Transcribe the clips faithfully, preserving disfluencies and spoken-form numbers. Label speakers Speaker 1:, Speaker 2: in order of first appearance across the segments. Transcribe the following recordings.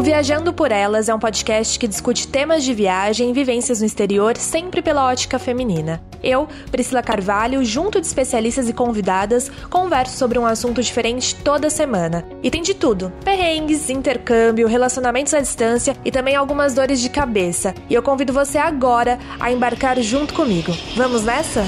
Speaker 1: Viajando por Elas é um podcast que discute temas de viagem e vivências no exterior, sempre pela ótica feminina. Eu, Priscila Carvalho, junto de especialistas e convidadas, converso sobre um assunto diferente toda semana. E tem de tudo: perrengues, intercâmbio, relacionamentos à distância e também algumas dores de cabeça. E eu convido você agora a embarcar junto comigo. Vamos nessa?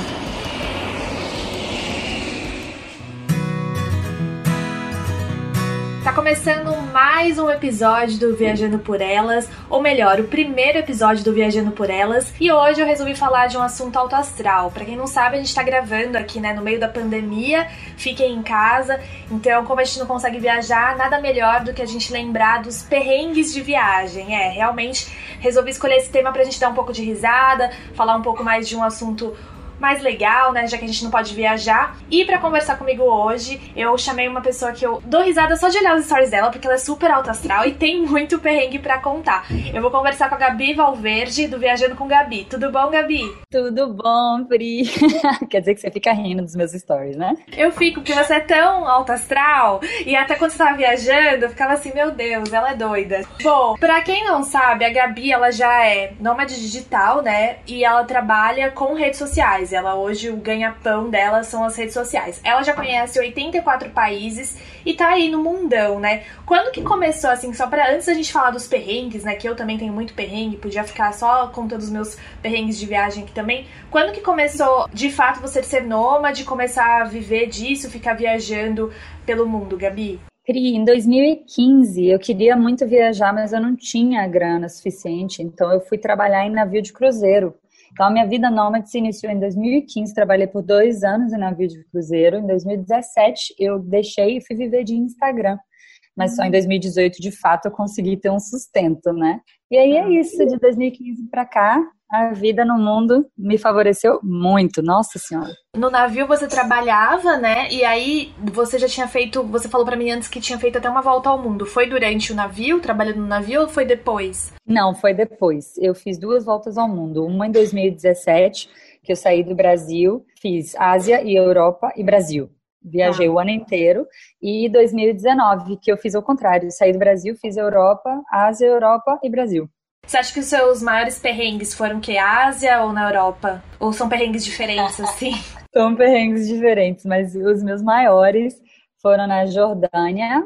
Speaker 1: Tá começando mais um episódio do Viajando por Elas, ou melhor, o primeiro episódio do Viajando por Elas, e hoje eu resolvi falar de um assunto alto astral. Pra quem não sabe, a gente tá gravando aqui, né, no meio da pandemia, fiquem em casa, então como a gente não consegue viajar, nada melhor do que a gente lembrar dos perrengues de viagem. É, realmente resolvi escolher esse tema pra gente dar um pouco de risada, falar um pouco mais de um assunto mais legal, né, já que a gente não pode viajar. E pra conversar comigo hoje, eu chamei uma pessoa que eu dou risada só de olhar os stories dela, porque ela é super alto astral e tem muito perrengue pra contar. Eu vou conversar com a Gabi Valverde, do Viajando com Gabi. Tudo bom, Gabi?
Speaker 2: Tudo bom, Pri? Quer dizer que você fica rindo dos meus stories, né?
Speaker 1: Eu fico, porque você é tão alto astral, e até quando você tava viajando, eu ficava assim, meu Deus, ela é doida. Bom, pra quem não sabe, a Gabi, ela já é nômade digital, né, e ela trabalha com redes sociais. Ela hoje, o ganha-pão dela são as redes sociais. Ela já conhece oitenta e quatro países e tá aí no mundão, né? Quando que começou, assim, só pra antes da gente falar dos perrengues, né? Que eu também tenho muito perrengue, podia ficar só contando os meus perrengues de viagem aqui também. Quando que começou, de fato, você ser nômade, começar a viver disso, ficar viajando pelo mundo, Gabi?
Speaker 2: Pri, em dois mil e quinze eu queria muito viajar, mas eu não tinha grana suficiente, então eu fui trabalhar em navio de cruzeiro. Então, a minha vida nômade se iniciou em dois mil e quinze, trabalhei por dois anos em navio de cruzeiro. Em dois mil e dezessete, eu deixei e fui viver de Instagram. Mas só em dois mil e dezoito, de fato, eu consegui ter um sustento, né? E aí é isso, de dois mil e quinze pra cá, a vida no mundo me favoreceu muito, nossa senhora.
Speaker 1: No navio você trabalhava, né? E aí você já tinha feito, você falou pra mim antes que tinha feito até uma volta ao mundo. Foi durante o navio, trabalhando no navio, ou foi depois?
Speaker 2: Não, foi depois. Eu fiz duas voltas ao mundo. Uma em dois mil e dezessete, que eu saí do Brasil, fiz Ásia e Europa e Brasil. Viajei ah. o ano inteiro. E dois mil e dezenove, que eu fiz ao contrário. Saí do Brasil, fiz Europa, Ásia, Europa e Brasil.
Speaker 1: Você acha que os seus maiores perrengues foram que Ásia ou na Europa? Ou são perrengues diferentes, assim?
Speaker 2: São perrengues diferentes, mas os meus maiores foram na Jordânia,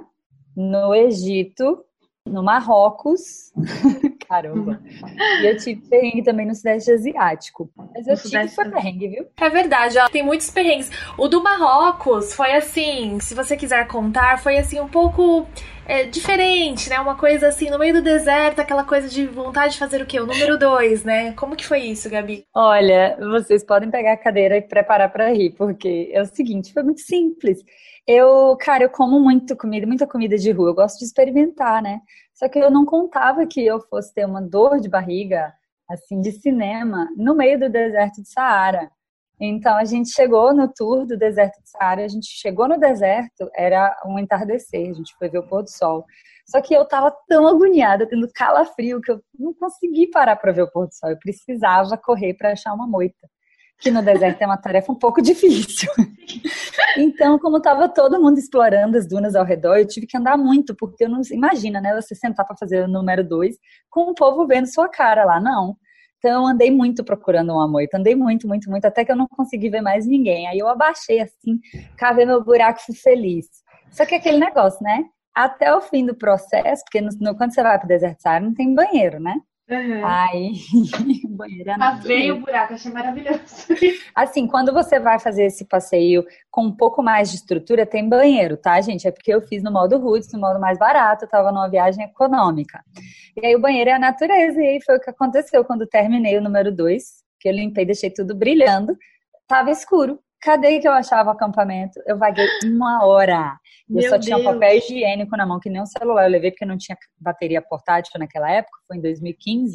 Speaker 2: no Egito, no Marrocos. Caramba. E eu tive perrengue também no Sudeste Asiático. Mas eu tive foi perrengue, viu?
Speaker 1: É verdade, ó, tem muitos perrengues. O do Marrocos foi assim, se você quiser contar, foi assim um pouco é, diferente, né? Uma coisa assim, no meio do deserto, aquela coisa de vontade de fazer o quê? O número dois, né? Como que foi isso, Gabi?
Speaker 2: Olha, vocês podem pegar a cadeira e preparar pra rir, porque é o seguinte, foi muito simples. Eu, cara, eu como muito comida, muita comida de rua, eu gosto de experimentar, né? Só que eu não contava que eu fosse ter uma dor de barriga, assim, de cinema, no meio do deserto de Saara. Então, a gente chegou no tour do deserto de Saara, a gente chegou no deserto, era um entardecer, a gente foi ver o pôr do sol. Só que eu tava tão agoniada, tendo calafrio, que eu não consegui parar para ver o pôr do sol. Eu precisava correr para achar uma moita, que no deserto é uma tarefa um pouco difícil. Então, como estava todo mundo explorando as dunas ao redor, eu tive que andar muito, porque eu não... Imagina, né, você sentar para fazer o número dois com o povo vendo sua cara lá, não. Então, eu andei muito procurando uma moita, andei muito, muito, muito, até que eu não consegui ver mais ninguém. Aí eu abaixei assim, cavei meu buraco e fui feliz. Só que aquele negócio, né, até o fim do processo, porque no, no, quando você vai pro deserto de Saara, não tem banheiro, né?
Speaker 1: Uhum.
Speaker 2: Aí, o banheiro é
Speaker 1: na veio o buraco, achei maravilhoso.
Speaker 2: Assim, quando você vai fazer esse passeio com um pouco mais de estrutura, tem banheiro, tá, gente? É porque eu fiz no modo roots, no modo mais barato, eu tava numa viagem econômica. E aí o banheiro é a natureza, e aí foi o que aconteceu quando terminei o número dois, que eu limpei, deixei tudo brilhando, tava escuro. Cadê que eu achava o acampamento? Eu vaguei uma hora. Eu só tinha um papel higiênico na mão, que nem um celular eu levei, porque não tinha bateria portátil naquela época, foi em dois mil e quinze.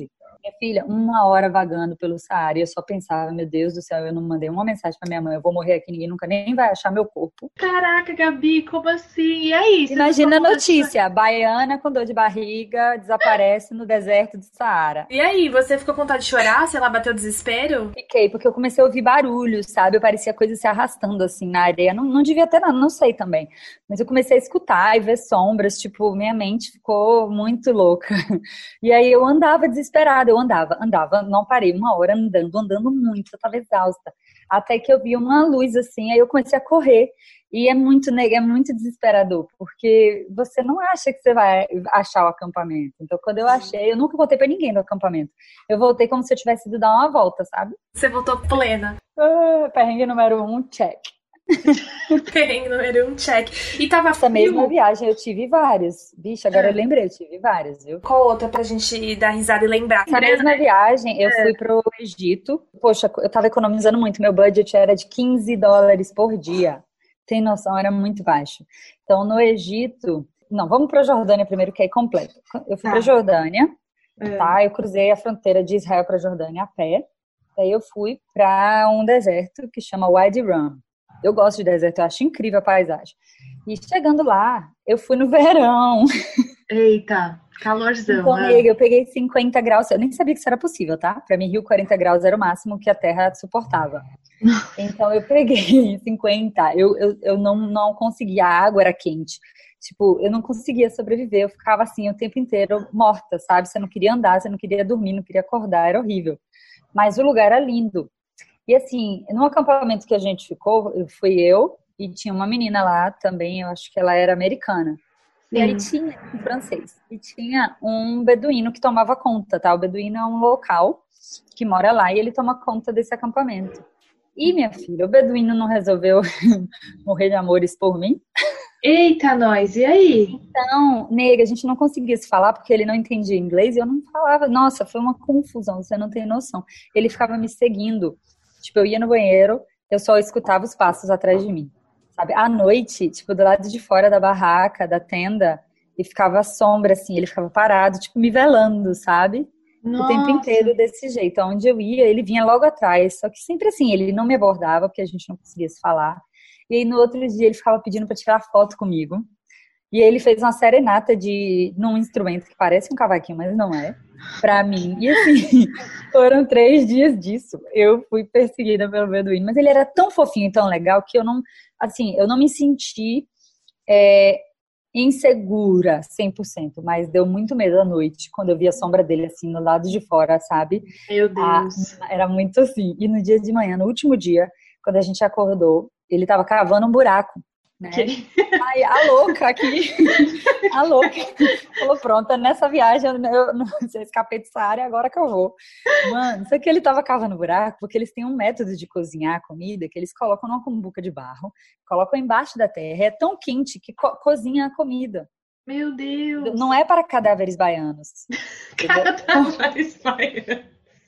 Speaker 2: Minha filha, uma hora vagando pelo Saara, e eu só pensava, meu Deus do céu, eu não mandei uma mensagem pra minha mãe, eu vou morrer aqui, ninguém nunca nem vai achar meu corpo.
Speaker 3: Caraca, Gabi, como assim? E aí, você ficou
Speaker 2: Imagina a
Speaker 3: com vontade de chorar?
Speaker 2: notícia, baiana com dor de barriga desaparece no deserto do Saara.
Speaker 1: E aí, você ficou com vontade de chorar? Sei lá, bateu desespero?
Speaker 2: Fiquei, porque eu comecei a ouvir barulho, sabe? Eu parecia coisa se arrastando assim na areia. Não, não devia ter nada, não sei também. Mas eu comecei a escutar e ver sombras, tipo, minha mente ficou muito louca. E aí eu andava desesperada, eu andava, andava, não parei, uma hora andando, andando muito, eu tava exausta. Até que eu vi uma luz assim, aí eu comecei a correr. E é muito, neg- é muito desesperador, porque você não acha que você vai achar o acampamento. Então, quando eu achei, eu nunca voltei pra ninguém do acampamento. Eu voltei como se eu tivesse ido dar uma volta, sabe?
Speaker 1: Você voltou plena.
Speaker 2: Ah, perrengue número um, check.
Speaker 1: Perrengue número um, check. E tava
Speaker 2: Essa mesma
Speaker 1: frio?
Speaker 2: viagem eu tive vários. Bicho, agora
Speaker 1: É.
Speaker 2: eu lembrei, eu tive vários, viu?
Speaker 1: Qual outra pra gente dar risada e lembrar?
Speaker 2: Essa mesma viagem eu fui pro Egito. Poxa, eu tava economizando muito. Meu budget era de quinze dólares por dia. Tem noção, era muito baixo. Então, no Egito... Não, vamos pra Jordânia primeiro, que é completo. Eu fui
Speaker 3: Tá.
Speaker 2: pra Jordânia,
Speaker 3: É.
Speaker 2: tá? Eu cruzei a fronteira de Israel pra Jordânia a pé. Daí eu fui pra um deserto que chama Wadi Rum. Eu gosto de deserto, eu acho incrível a paisagem. E chegando lá, eu fui no verão.
Speaker 3: Eita, calorzão,
Speaker 2: Então,
Speaker 3: né?
Speaker 2: nega, eu peguei cinquenta graus. Eu nem sabia que isso era possível, tá? Pra mim, Rio, quarenta graus era o máximo que a Terra suportava. Então, eu peguei cinquenta. Eu, eu, eu não, não conseguia. A água era quente. Tipo, eu não conseguia sobreviver. Eu ficava assim o tempo inteiro morta, sabe? Você não queria andar, você não queria dormir, não queria acordar. Era horrível. Mas o lugar era lindo. E assim, no acampamento que a gente ficou, eu- fui eu e tinha uma menina lá também, eu acho que ela era americana. E aí
Speaker 3: Sim.
Speaker 2: tinha um francês. E tinha um beduíno que tomava conta, tá? O beduíno é um local que mora lá e ele toma conta desse acampamento. E, minha filha, o beduíno não resolveu morrer de amores por mim?
Speaker 3: Eita, nós, e aí?
Speaker 2: Então, nega, a gente não conseguia se falar porque ele não entendia inglês e eu não falava. Nossa, foi uma confusão, você não tem noção. Ele ficava me seguindo. Tipo, eu ia no banheiro, eu só escutava os passos atrás de mim. Sabe? À noite, tipo, do lado de fora da barraca, da tenda, e ficava a sombra, assim, ele ficava parado, tipo, me velando, sabe? O tempo
Speaker 3: Nossa,
Speaker 2: inteiro desse jeito. Onde eu ia, ele vinha logo atrás. Só que sempre assim, ele não me abordava, porque a gente não conseguia se falar. E aí, no outro dia, ele ficava pedindo para tirar foto comigo. E aí ele fez uma serenata de num instrumento que parece um cavaquinho, mas não é, pra mim. E assim, foram três dias disso. Eu fui perseguida pelo beduíno, mas ele era tão fofinho e tão legal que eu não, assim, eu não me senti é, insegura cem por cento, mas deu muito medo à noite quando eu vi a sombra dele assim no lado de fora, sabe?
Speaker 3: meu
Speaker 2: Ah,
Speaker 3: Deus.
Speaker 2: era muito assim. E no dia de manhã, no último dia, quando a gente acordou, ele tava cavando um buraco, né?
Speaker 3: Que-
Speaker 2: Ai, a louca aqui, a louca, falou, pronto, nessa viagem eu, eu, eu escapei dessa área, agora que eu vou. Mano, só que ele tava cavando buraco, porque eles têm um método de cozinhar a comida, que eles colocam numa cumbuca de barro, colocam embaixo da terra, é tão quente que co cozinha a comida.
Speaker 3: Meu Deus.
Speaker 2: Não é para cadáveres baianos.
Speaker 3: Cara, tá mais paia.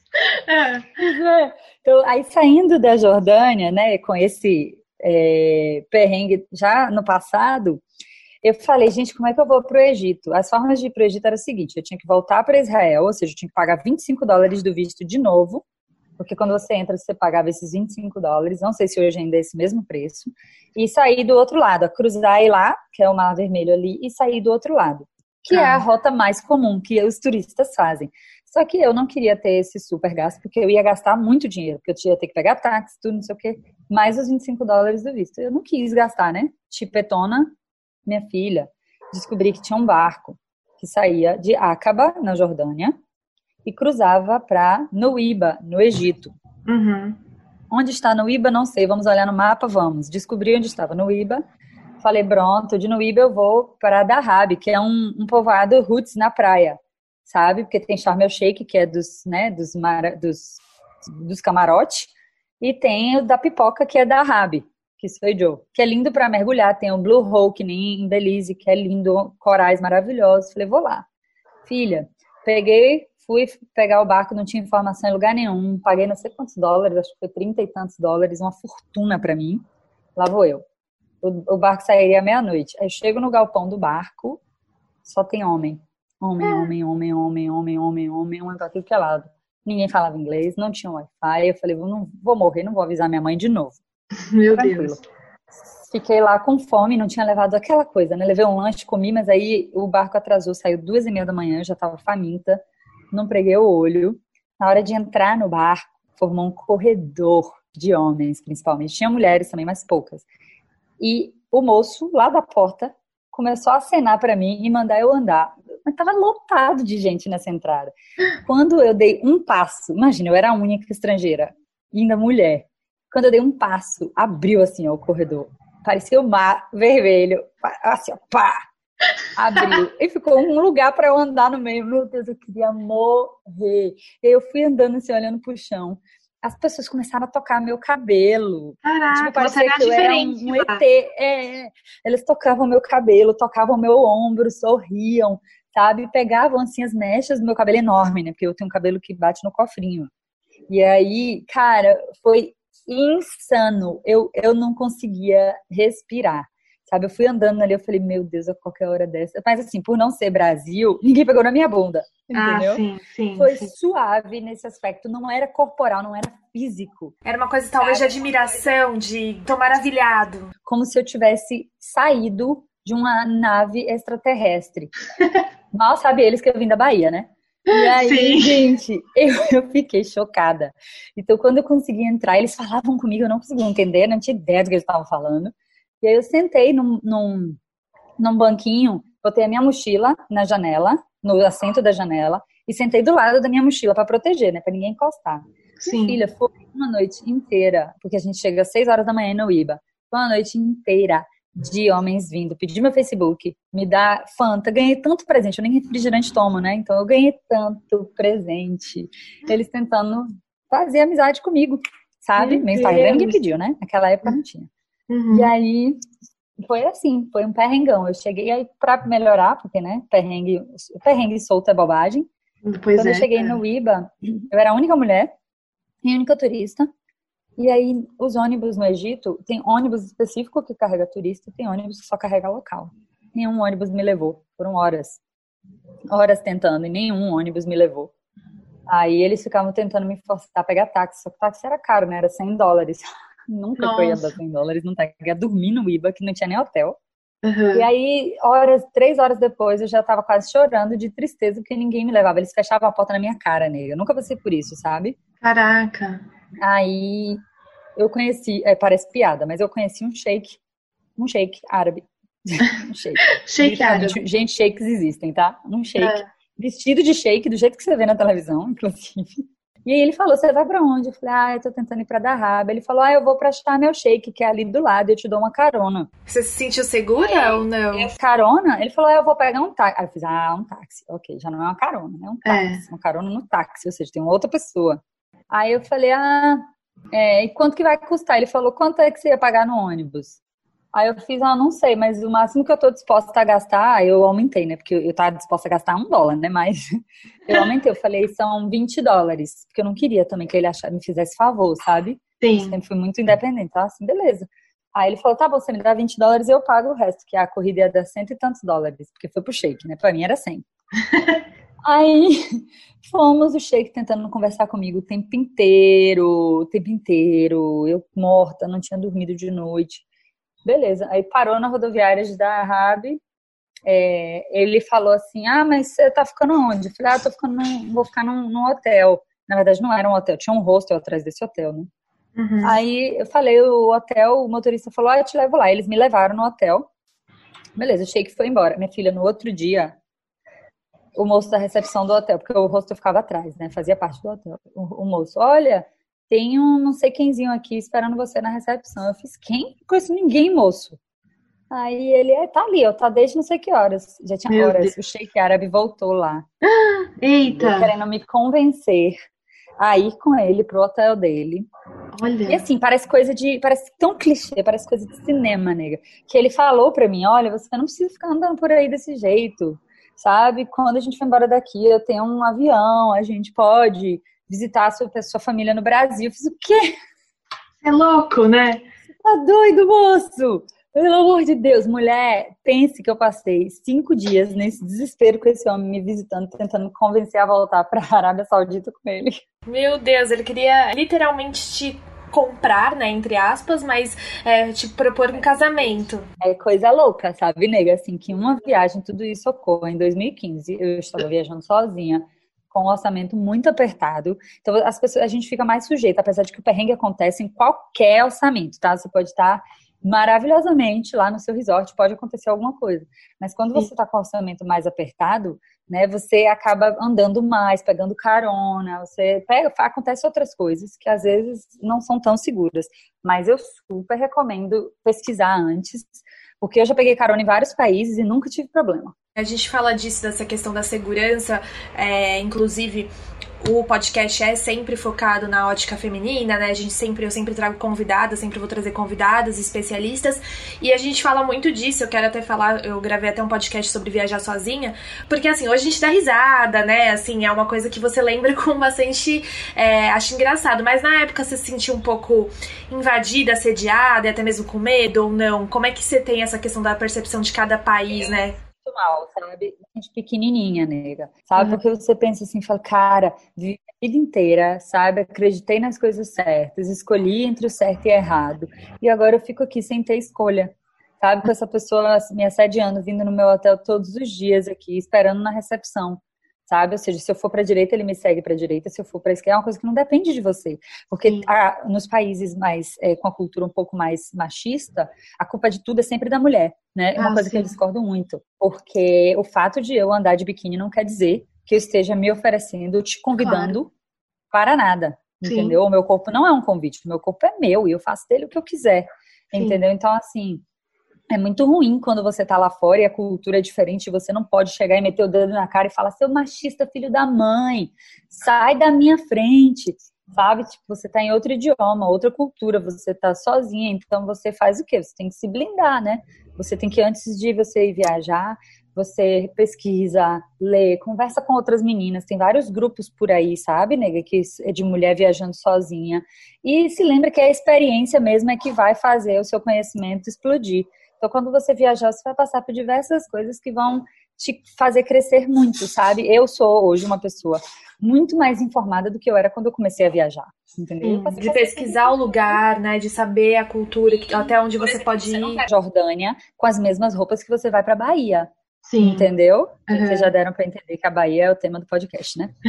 Speaker 3: É.
Speaker 2: Pois é. Então, aí saindo da Jordânia, né, com esse é, perrengue já no passado, eu falei, gente, como é que eu vou para o Egito? As formas de ir para o Egito era o seguinte, eu tinha que voltar para Israel, ou seja, eu tinha que pagar vinte e cinco dólares do visto de novo, porque quando você entra, você pagava esses vinte e cinco dólares, não sei se hoje ainda é esse mesmo preço, e sair do outro lado, a cruzar e lá, que é o Mar Vermelho ali, e sair do outro lado, que é a
Speaker 3: Tá.
Speaker 2: rota mais comum que os turistas fazem. Só que eu não queria ter esse super gasto, porque eu ia gastar muito dinheiro, porque eu ia ter que pegar táxi, tudo, não sei o quê, mais os vinte e cinco dólares do visto. Eu não quis gastar, né? Chipetona, minha filha, descobri que tinha um barco que saía de Aqaba, na Jordânia, e cruzava para Nuíba, no Egito.
Speaker 3: Uhum.
Speaker 2: Onde está Nuíba, não sei, vamos olhar no mapa, vamos. Descobri onde estava Nuíba, falei, pronto, de Nuíba eu vou para Dahab, que é um, um povoado roots na praia, sabe? Porque tem Sharm el Sheikh, que é dos, né, dos, mara, dos, dos camarotes, e tem o da pipoca, que é Dahab, que sou eu, que é lindo para mergulhar. Tem o Blue Hole, que nem em Belize, que é lindo, corais maravilhosos. Falei, vou lá. Filha, peguei, fui pegar o barco, não tinha informação em lugar nenhum, paguei não sei quantos dólares, acho que foi trinta e tantos dólares, uma fortuna para mim. Lá vou eu. O, o barco sairia à meia-noite. Aí eu chego no galpão do barco, só tem homem. Homem, homem, homem, homem, homem, homem, homem, homem, pra tudo que é lado. Ninguém falava inglês, não tinha Wi-Fi. Eu falei, vou, não, vou morrer, não vou avisar minha mãe de novo.
Speaker 3: Meu
Speaker 2: Tranquilo.
Speaker 3: Deus.
Speaker 2: Fiquei lá com fome, não tinha levado aquela coisa, né? Levei um lanche, comi, mas aí o barco atrasou, saiu duas e meia da manhã, eu já tava faminta, não preguei o olho. Na hora de entrar no barco, formou um corredor de homens, principalmente. Tinha mulheres também, mas poucas. E o moço, lá da porta, começou a acenar pra mim e mandar eu andar. Mas tava lotado de gente nessa entrada. Quando eu dei um passo, imagina, eu era a única estrangeira, ainda mulher. Quando eu dei um passo, abriu assim ó, o corredor. Parecia o mar vermelho, assim, ó, pá, abriu. E ficou um lugar para eu andar no meio. Meu Deus, eu queria morrer. E aí eu fui andando assim, olhando pro chão. As pessoas começaram a tocar meu cabelo.
Speaker 3: Caraca,
Speaker 2: Tipo, parecia
Speaker 3: você era
Speaker 2: que eu era um,
Speaker 3: diferente
Speaker 2: um
Speaker 3: lá.
Speaker 2: E T. É, eles tocavam meu cabelo, tocavam meu ombro, sorriam, sabe? Pegavam assim as mechas do meu cabelo enorme, né? Porque eu tenho um cabelo que bate no cofrinho. E aí, cara, foi insano. Eu, eu não conseguia respirar, sabe? Eu fui andando ali, eu falei, meu Deus, a qualquer hora dessa. Mas assim, por não ser Brasil, ninguém pegou na minha bunda, entendeu?
Speaker 3: Ah, sim, sim,
Speaker 2: Foi
Speaker 3: sim.
Speaker 2: suave nesse aspecto. Não era corporal, não era físico.
Speaker 1: Era uma coisa talvez de admiração, de tô maravilhado.
Speaker 2: Como se eu tivesse saído de uma nave extraterrestre. Mal sabe eles que eu vim da Bahia, né? E aí,
Speaker 3: Sim.
Speaker 2: gente, eu, eu fiquei chocada. Então, quando eu consegui entrar, eles falavam comigo, eu não conseguia entender, não tinha ideia do que eles estavam falando. E aí eu sentei num, num, num banquinho, botei a minha mochila na janela, no assento da janela, e sentei do lado da minha mochila para proteger, né? Para ninguém encostar.
Speaker 3: Sim.
Speaker 2: Minha filha, foi uma noite inteira, porque a gente chega às seis horas da manhã no Iba. Foi uma noite inteira de homens vindo, pedir meu Facebook, me dar Fanta, ganhei tanto presente, eu nem refrigerante tomo, né? Então eu ganhei tanto presente. Eles tentando fazer amizade comigo, sabe?
Speaker 3: Meu
Speaker 2: Meu Instagram ninguém
Speaker 3: Deus.
Speaker 2: pediu, né? Naquela época não tinha.
Speaker 3: Uhum.
Speaker 2: E aí foi assim, foi um perrengão. Eu cheguei aí pra melhorar, porque, né, perrengue, perrengue solto é bobagem.
Speaker 3: Pois
Speaker 2: Quando
Speaker 3: é.
Speaker 2: eu cheguei no Iba, eu era a única mulher e a única turista. E aí, os ônibus no Egito, tem ônibus específico que carrega turista, tem ônibus que só carrega local. Nenhum ônibus me levou. Foram horas. Horas tentando, e nenhum ônibus me levou. Aí eles ficavam tentando me forçar a pegar táxi, só que táxi era caro, né? Era cem dólares. Nunca que eu ia dar
Speaker 3: Nossa.
Speaker 2: cem dólares, não tá. Eu ia dormir no Iba, que não tinha nem hotel.
Speaker 3: Uhum.
Speaker 2: E aí, horas, três horas depois, eu já tava quase chorando de tristeza, porque ninguém me levava. Eles fechavam a porta na minha cara, nega. Eu nunca passei por isso, sabe?
Speaker 3: Caraca.
Speaker 2: Aí eu conheci, é, parece piada, mas eu conheci um sheik, um sheik árabe. Um sheik.
Speaker 3: Shake
Speaker 2: Literalmente,
Speaker 3: árabe.
Speaker 2: gente, sheiks existem, tá? Um sheik,
Speaker 3: É.
Speaker 2: vestido de sheik, do jeito que você vê na televisão, inclusive. E aí ele falou, você vai pra onde? Eu falei, ah, eu tô tentando ir pra Dahab. Ele falou, ah, eu vou pra Sharm el Sheikh, que é ali do lado, eu te dou uma carona.
Speaker 1: Você se sentiu segura ou não?
Speaker 2: Carona? Ele falou, ah, eu vou pegar um táxi. Aí eu fiz, ah, um táxi. Ok, já não é uma carona, né? Um táxi.
Speaker 3: É.
Speaker 2: Uma carona no táxi, ou seja, tem uma outra pessoa. Aí eu falei, ah, é, e quanto que vai custar? Ele falou, quanto é que você ia pagar no ônibus? Aí eu fiz, ah, não sei, mas o máximo que eu tô disposta a gastar, eu aumentei, né? Porque eu, eu tava disposta a gastar um dólar, né? Mas eu aumentei, eu falei, são vinte dólares. Porque eu não queria também que ele achasse, me fizesse favor, sabe? Eu
Speaker 3: Sim.
Speaker 2: sempre fui muito independente, tá? Assim, beleza. Aí ele falou, tá bom, você me dá vinte dólares e eu pago o resto, que a corrida ia dar cento e tantos dólares, porque foi pro Sheik, né? Pra mim era cem. Aí fomos, o Sheik tentando conversar comigo o tempo inteiro, o tempo inteiro, eu morta, não tinha dormido de noite. Beleza, aí parou na rodoviária de Dahab, é, ele falou assim, ah, mas você tá ficando onde? Eu falei, ah, eu tô ficando num, vou ficar num, num hotel. Na verdade não era um hotel, tinha um hostel atrás desse hotel, né?
Speaker 3: Uhum.
Speaker 2: Aí eu falei, o hotel, o motorista falou, ah, eu te levo lá. Eles me levaram no hotel. Beleza, o Sheik foi embora. Minha filha, no outro dia, o moço da recepção do hotel, porque o hostel ficava atrás, né? Fazia parte do hotel. O, o moço, olha, tem um não sei quemzinho aqui esperando você na recepção. Eu fiz, quem? Não conheço ninguém, moço. Aí ele, é, tá ali, ó, tá desde não sei que horas. Já tinha
Speaker 3: Meu
Speaker 2: horas.
Speaker 3: Deus.
Speaker 2: O Sheik árabe voltou lá,
Speaker 3: Eita.
Speaker 2: querendo me convencer a ir com ele pro hotel dele. E
Speaker 3: Olha.
Speaker 2: assim, parece coisa de, parece tão clichê, parece coisa de cinema, nega. Que ele falou pra mim, olha, você não precisa ficar andando por aí desse jeito, sabe? Quando a gente for embora daqui, eu tenho um avião, a gente pode visitar a sua, a sua família no Brasil. Eu fiz, o quê?
Speaker 3: É louco, né?
Speaker 2: Tá doido, moço? Pelo amor de Deus, mulher, pense que eu passei cinco dias nesse desespero com esse homem me visitando, tentando me convencer a voltar para a Arábia Saudita com ele.
Speaker 1: Meu Deus, ele queria literalmente te comprar, né, entre aspas, mas é, te propor um casamento.
Speaker 2: É coisa louca, sabe, nega? Assim, que uma viagem, tudo isso ocorre. Em dois mil e quinze, eu estava viajando sozinha, com um orçamento muito apertado. Então, as pessoas, a gente fica mais sujeita, apesar de que o perrengue acontece em qualquer orçamento, tá? Você pode estar maravilhosamente lá no seu resort, pode acontecer alguma coisa. Mas quando você está com o orçamento mais apertado, né, você acaba andando mais, pegando carona, você pega, acontece outras coisas que às vezes não são tão seguras. Mas eu super recomendo pesquisar antes, porque eu já peguei carona em vários países e nunca tive problema.
Speaker 1: A gente fala disso, dessa questão da segurança, é, inclusive o podcast é sempre focado na ótica feminina, né? A gente sempre, eu sempre trago convidadas, sempre vou trazer convidadas, especialistas, e a gente fala muito disso. Eu quero até falar, eu gravei até um podcast sobre viajar sozinha, porque assim, hoje a gente dá risada, né? Assim, é uma coisa que você lembra com bastante, é, acho engraçado, mas na época você se sentiu um pouco invadida, assediada, e até mesmo com medo ou não? Como é que você tem essa questão da percepção de cada país, né?
Speaker 2: Mal, sabe? Gente pequenininha, nega, sabe? Porque você pensa assim, fala, cara, vivi a vida inteira, sabe? Acreditei nas coisas certas, escolhi entre o certo e o errado, e agora eu fico aqui sem ter escolha, sabe? Com essa pessoa me assediando, vindo no meu hotel todos os dias aqui, esperando na recepção, sabe? Ou seja, se eu for para a direita, ele me segue para a direita, se eu for para a esquerda, é uma coisa que não depende de você. Porque a, nos países mais é, com a cultura um pouco mais machista, a culpa de tudo é sempre da mulher, né? É uma ah, coisa sim. que eu discordo muito. Porque o fato de eu andar de biquíni não quer dizer que eu esteja me oferecendo, te convidando claro. Para nada, sim. entendeu? O meu corpo não é um convite, o meu corpo é meu e eu faço dele o que eu quiser, sim. entendeu? Então, assim... É muito ruim quando você tá lá fora e a cultura é diferente e você não pode chegar e meter o dedo na cara e falar, seu machista, filho da mãe, sai da minha frente, sabe? Tipo, você tá em outro idioma, outra cultura, você tá sozinha, então você faz o quê? Você tem que se blindar, né? Você tem que, antes de você ir viajar, você pesquisa, lê, conversa com outras meninas, tem vários grupos por aí, sabe, nega, que é de mulher viajando sozinha, e se lembra que a experiência mesmo é que vai fazer o seu conhecimento explodir. Então, quando você viajar, você vai passar por diversas coisas que vão te fazer crescer muito, sabe? Eu sou hoje uma pessoa muito mais informada do que eu era quando eu comecei a viajar, entendeu?
Speaker 1: Hum, de pesquisar o lugar, né? De saber a cultura, até onde você pode ir. Você não
Speaker 2: vai pra Jordânia com as mesmas roupas que você vai pra Bahia.
Speaker 3: Sim.
Speaker 2: Entendeu?
Speaker 3: Uhum.
Speaker 2: Vocês já deram pra entender que a Bahia é o tema do podcast, né?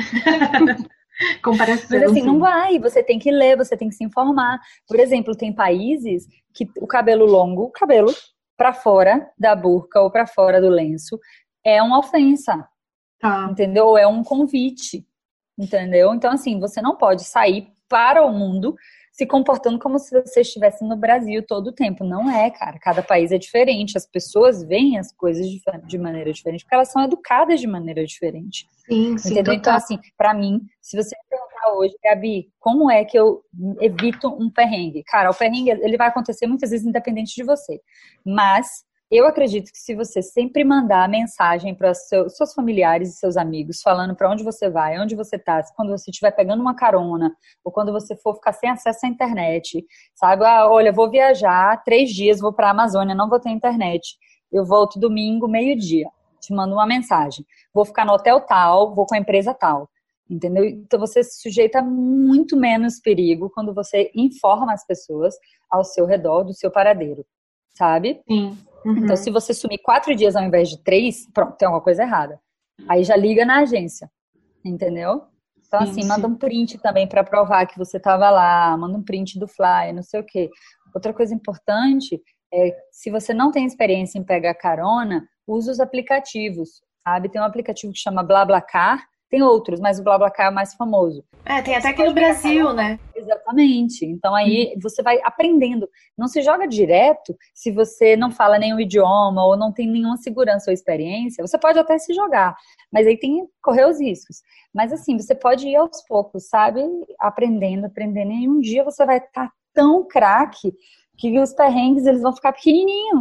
Speaker 3: Comparação.
Speaker 2: Mas assim, não vai, você tem que ler, você tem que se informar. Por exemplo, tem países que o cabelo longo, o cabelo pra fora da burca ou pra fora do lenço é uma ofensa,
Speaker 3: tá.
Speaker 2: entendeu? Ou é um convite, entendeu? Então assim, você não pode sair para o mundo se comportando como se você estivesse no Brasil todo o tempo. Não é, cara. Cada país é diferente. As pessoas veem as coisas de, de maneira diferente, porque elas são educadas de maneira diferente.
Speaker 3: Sim, sim.
Speaker 2: Entendeu? Então, assim, pra mim, se você me perguntar hoje, Gabi, como é que eu evito um perrengue? Cara, o perrengue, ele vai acontecer muitas vezes independente de você. Mas eu acredito que se você sempre mandar mensagem para seus, seus familiares e seus amigos, falando para onde você vai, onde você tá, quando você estiver pegando uma carona, ou quando você for ficar sem acesso à internet, sabe? Ah, olha, vou viajar três dias, vou para a Amazônia, não vou ter internet. Eu volto domingo, meio-dia. Te mando uma mensagem. Vou ficar no hotel tal, vou com a empresa tal. Entendeu? Então você se sujeita a muito menos perigo quando você informa as pessoas ao seu redor do seu paradeiro. Sabe?
Speaker 3: Sim.
Speaker 2: Uhum. Então, se você sumir quatro dias ao invés de três, pronto, tem alguma coisa errada. Aí já liga na agência, entendeu? Então, sim, assim, sim. Manda um print também para provar que você estava lá, manda um print do fly, não sei o quê. Outra coisa importante é, se você não tem experiência em pegar carona, use os aplicativos, sabe? Tem um aplicativo que chama BlaBlaCar, tem outros, mas o BlaBlaCar é o mais famoso.
Speaker 1: É, tem até aqui no Brasil, né?
Speaker 2: Exatamente. Então aí você vai aprendendo. Não se joga direto se você não fala nenhum idioma ou não tem nenhuma segurança ou experiência. Você pode até se jogar, mas aí tem que correr os riscos. Mas assim, você pode ir aos poucos, sabe? Aprendendo, aprendendo. E um dia você vai estar tão craque que os perrengues eles vão ficar pequenininhos.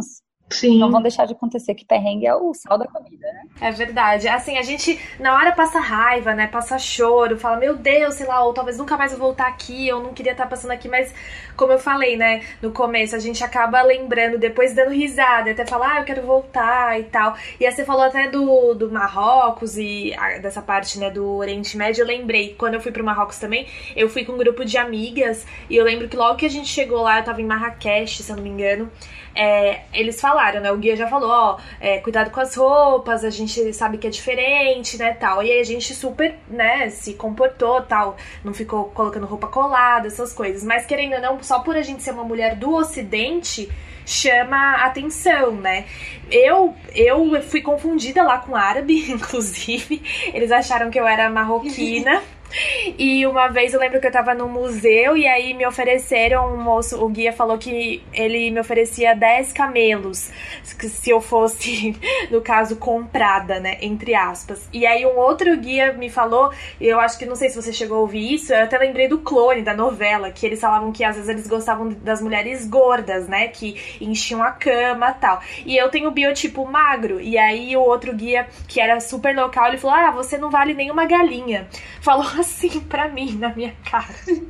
Speaker 3: Sim.
Speaker 2: Não vão deixar de acontecer, que perrengue é o sal da comida, né?
Speaker 1: É verdade. Assim, a gente na hora passa raiva, né? Passa choro, fala, meu Deus, sei lá, ou talvez nunca mais eu voltar aqui, eu não queria estar passando aqui, mas como eu falei, né, no começo, a gente acaba lembrando, depois dando risada, até falar, ah, eu quero voltar e tal. E aí você falou até do, do Marrocos e a, dessa parte, né, do Oriente Médio, eu lembrei, quando eu fui pro Marrocos também, eu fui com um grupo de amigas, e eu lembro que logo que a gente chegou lá, eu tava em Marrakech, se eu não me engano, É, eles falaram, né? O guia já falou, ó, é, cuidado com as roupas, a gente sabe que é diferente, né, tal. E aí a gente super, né, se comportou, tal, não ficou colocando roupa colada, essas coisas. Mas querendo ou não, só por a gente ser uma mulher do Ocidente, chama atenção, né? Eu, eu fui confundida lá com árabe, inclusive. Eles acharam que eu era marroquina. E uma vez eu lembro que eu tava num museu e aí me ofereceram, um moço, o guia falou que ele me oferecia dez camelos se eu fosse, no caso, comprada, né, entre aspas. E aí um outro guia me falou, eu acho que, não sei se você chegou a ouvir isso, eu até lembrei do Clone, da novela, que eles falavam que às vezes eles gostavam das mulheres gordas, né, que enchiam a cama e tal. E eu tenho biotipo magro, e aí o outro guia, que era super local, ele falou, ah, você não vale nem uma galinha. Falou assim pra mim, na minha cara.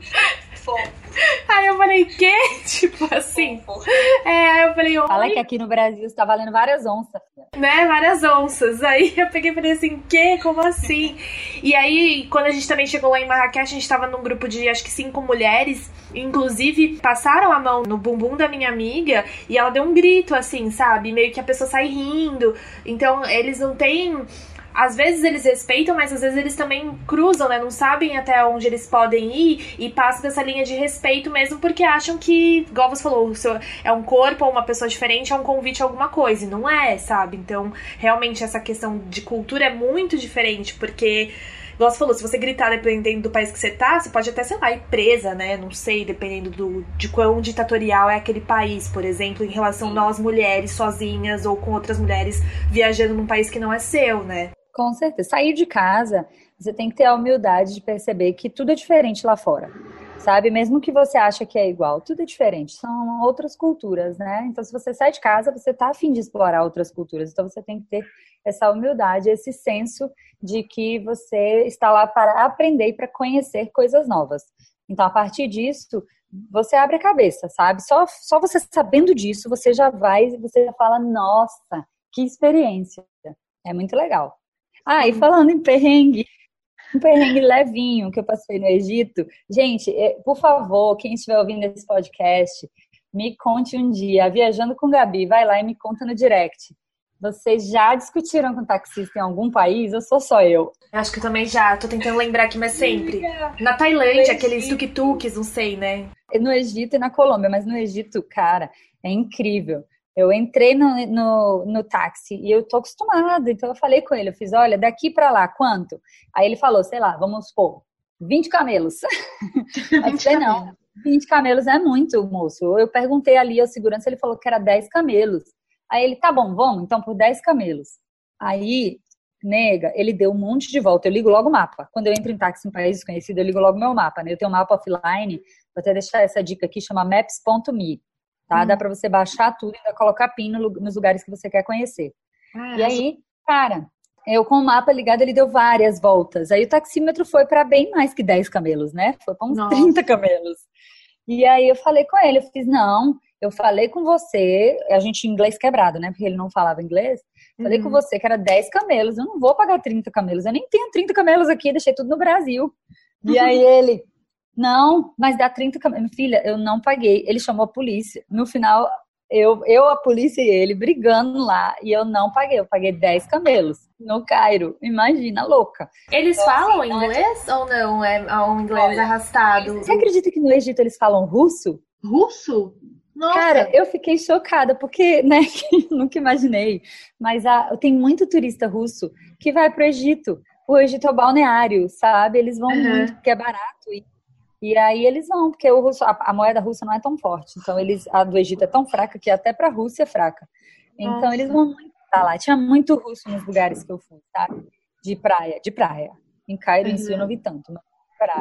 Speaker 4: Fofo.
Speaker 1: Aí eu falei, quê? Tipo assim.
Speaker 4: Fofo.
Speaker 1: É, aí eu falei, oi.
Speaker 2: Fala que aqui no Brasil você tá valendo várias onças.
Speaker 1: Né, várias onças. Aí eu peguei e falei assim, quê? Como assim? E aí, quando a gente também chegou lá em Marrakech, a gente tava num grupo de, acho que cinco mulheres. Inclusive, passaram a mão no bumbum da minha amiga e ela deu um grito, assim, sabe? Meio que a pessoa sai rindo. Então, eles não têm... Às vezes eles respeitam, mas às vezes eles também cruzam, né? Não sabem até onde eles podem ir e passam dessa linha de respeito mesmo porque acham que, igual você falou, o seu é um corpo ou uma pessoa diferente, é um convite a alguma coisa. E não é, sabe? Então, realmente, essa questão de cultura é muito diferente, porque, igual você falou, se você gritar dependendo do país que você tá, você pode até, sei lá, ir presa, né? Não sei, dependendo do, de quão ditatorial é aquele país, por exemplo, em relação a nós mulheres sozinhas ou com outras mulheres viajando num país que não é seu, né?
Speaker 2: Com certeza. Sair de casa, você tem que ter a humildade de perceber que tudo é diferente lá fora, sabe? Mesmo que você ache que é igual, tudo é diferente. São outras culturas, né? Então, se você sai de casa, você tá a fim de explorar outras culturas. Então, você tem que ter essa humildade, esse senso de que você está lá para aprender e para conhecer coisas novas. Então, a partir disso, você abre a cabeça, sabe? Só, só você sabendo disso, você já vai, você já fala, nossa, que experiência. É muito legal. Ah, e falando em perrengue, um perrengue levinho que eu passei no Egito. Gente, por favor, quem estiver ouvindo esse podcast, me conte um dia, Viajando com Gabi, vai lá e me conta no direct. Vocês já discutiram com taxista em algum país ou sou só eu?
Speaker 1: Acho que eu também já, tô tentando lembrar aqui, mas sempre. Na Tailândia, aqueles tuk-tuks, não sei, né?
Speaker 2: No Egito e na Colômbia, mas no Egito, cara, é incrível. Eu entrei no, no, no táxi e eu tô acostumada, então eu falei com ele, eu fiz, olha, daqui pra lá, quanto? Aí ele falou, sei lá, vamos supor, vinte camelos. Aí eu falei, não, vinte camelos é muito, moço. Eu perguntei ali ao segurança, ele falou que era dez camelos. Aí ele, tá bom, vamos, então por dez camelos. Aí, nega, ele deu um monte de volta, eu ligo logo o mapa. Quando eu entro em táxi em país desconhecido, eu ligo logo meu mapa, né? Eu tenho um mapa offline, vou até deixar essa dica aqui, chama maps ponto me. Tá? Hum. Dá pra você baixar tudo e ainda colocar pin no, nos lugares que você quer conhecer. Ah, e aí, cara, eu com o mapa ligado, ele deu várias voltas. Aí o taxímetro foi pra bem mais que dez camelos, né? Foi pra uns Nossa. trinta camelos. E aí eu falei com ele, eu fiz, não, eu falei com você, a gente em inglês quebrado, né? Porque ele não falava inglês. Falei uhum. com você que era dez camelos, eu não vou pagar trinta camelos, eu nem tenho trinta camelos aqui, deixei tudo no Brasil. E uhum. aí ele... Não, mas dá trinta camelos. Filha, eu não paguei. Ele chamou a polícia. No final, eu, eu, a polícia e ele brigando lá. E eu não paguei. Eu paguei dez camelos no Cairo. Imagina, louca.
Speaker 1: Eles então, falam assim, inglês é... ou não? É um inglês Olha, arrastado?
Speaker 2: Você acredita que no Egito eles falam russo?
Speaker 3: Russo? Nossa.
Speaker 2: Cara, eu fiquei chocada, porque, né, nunca imaginei. Mas a, tem muito turista russo que vai pro Egito. O Egito é o balneário, sabe? Eles vão uhum. muito, porque é barato e E aí eles vão, porque o russo, a, a moeda russa não é tão forte. Então, eles, a do Egito é tão fraca que até pra Rússia é fraca. Então, Nossa. Eles vão muito pra lá. Tinha muito russo nos lugares que eu fui, sabe? De praia, de praia. Em Cairo, uhum. em si, eu não vi tanto, mas de praia.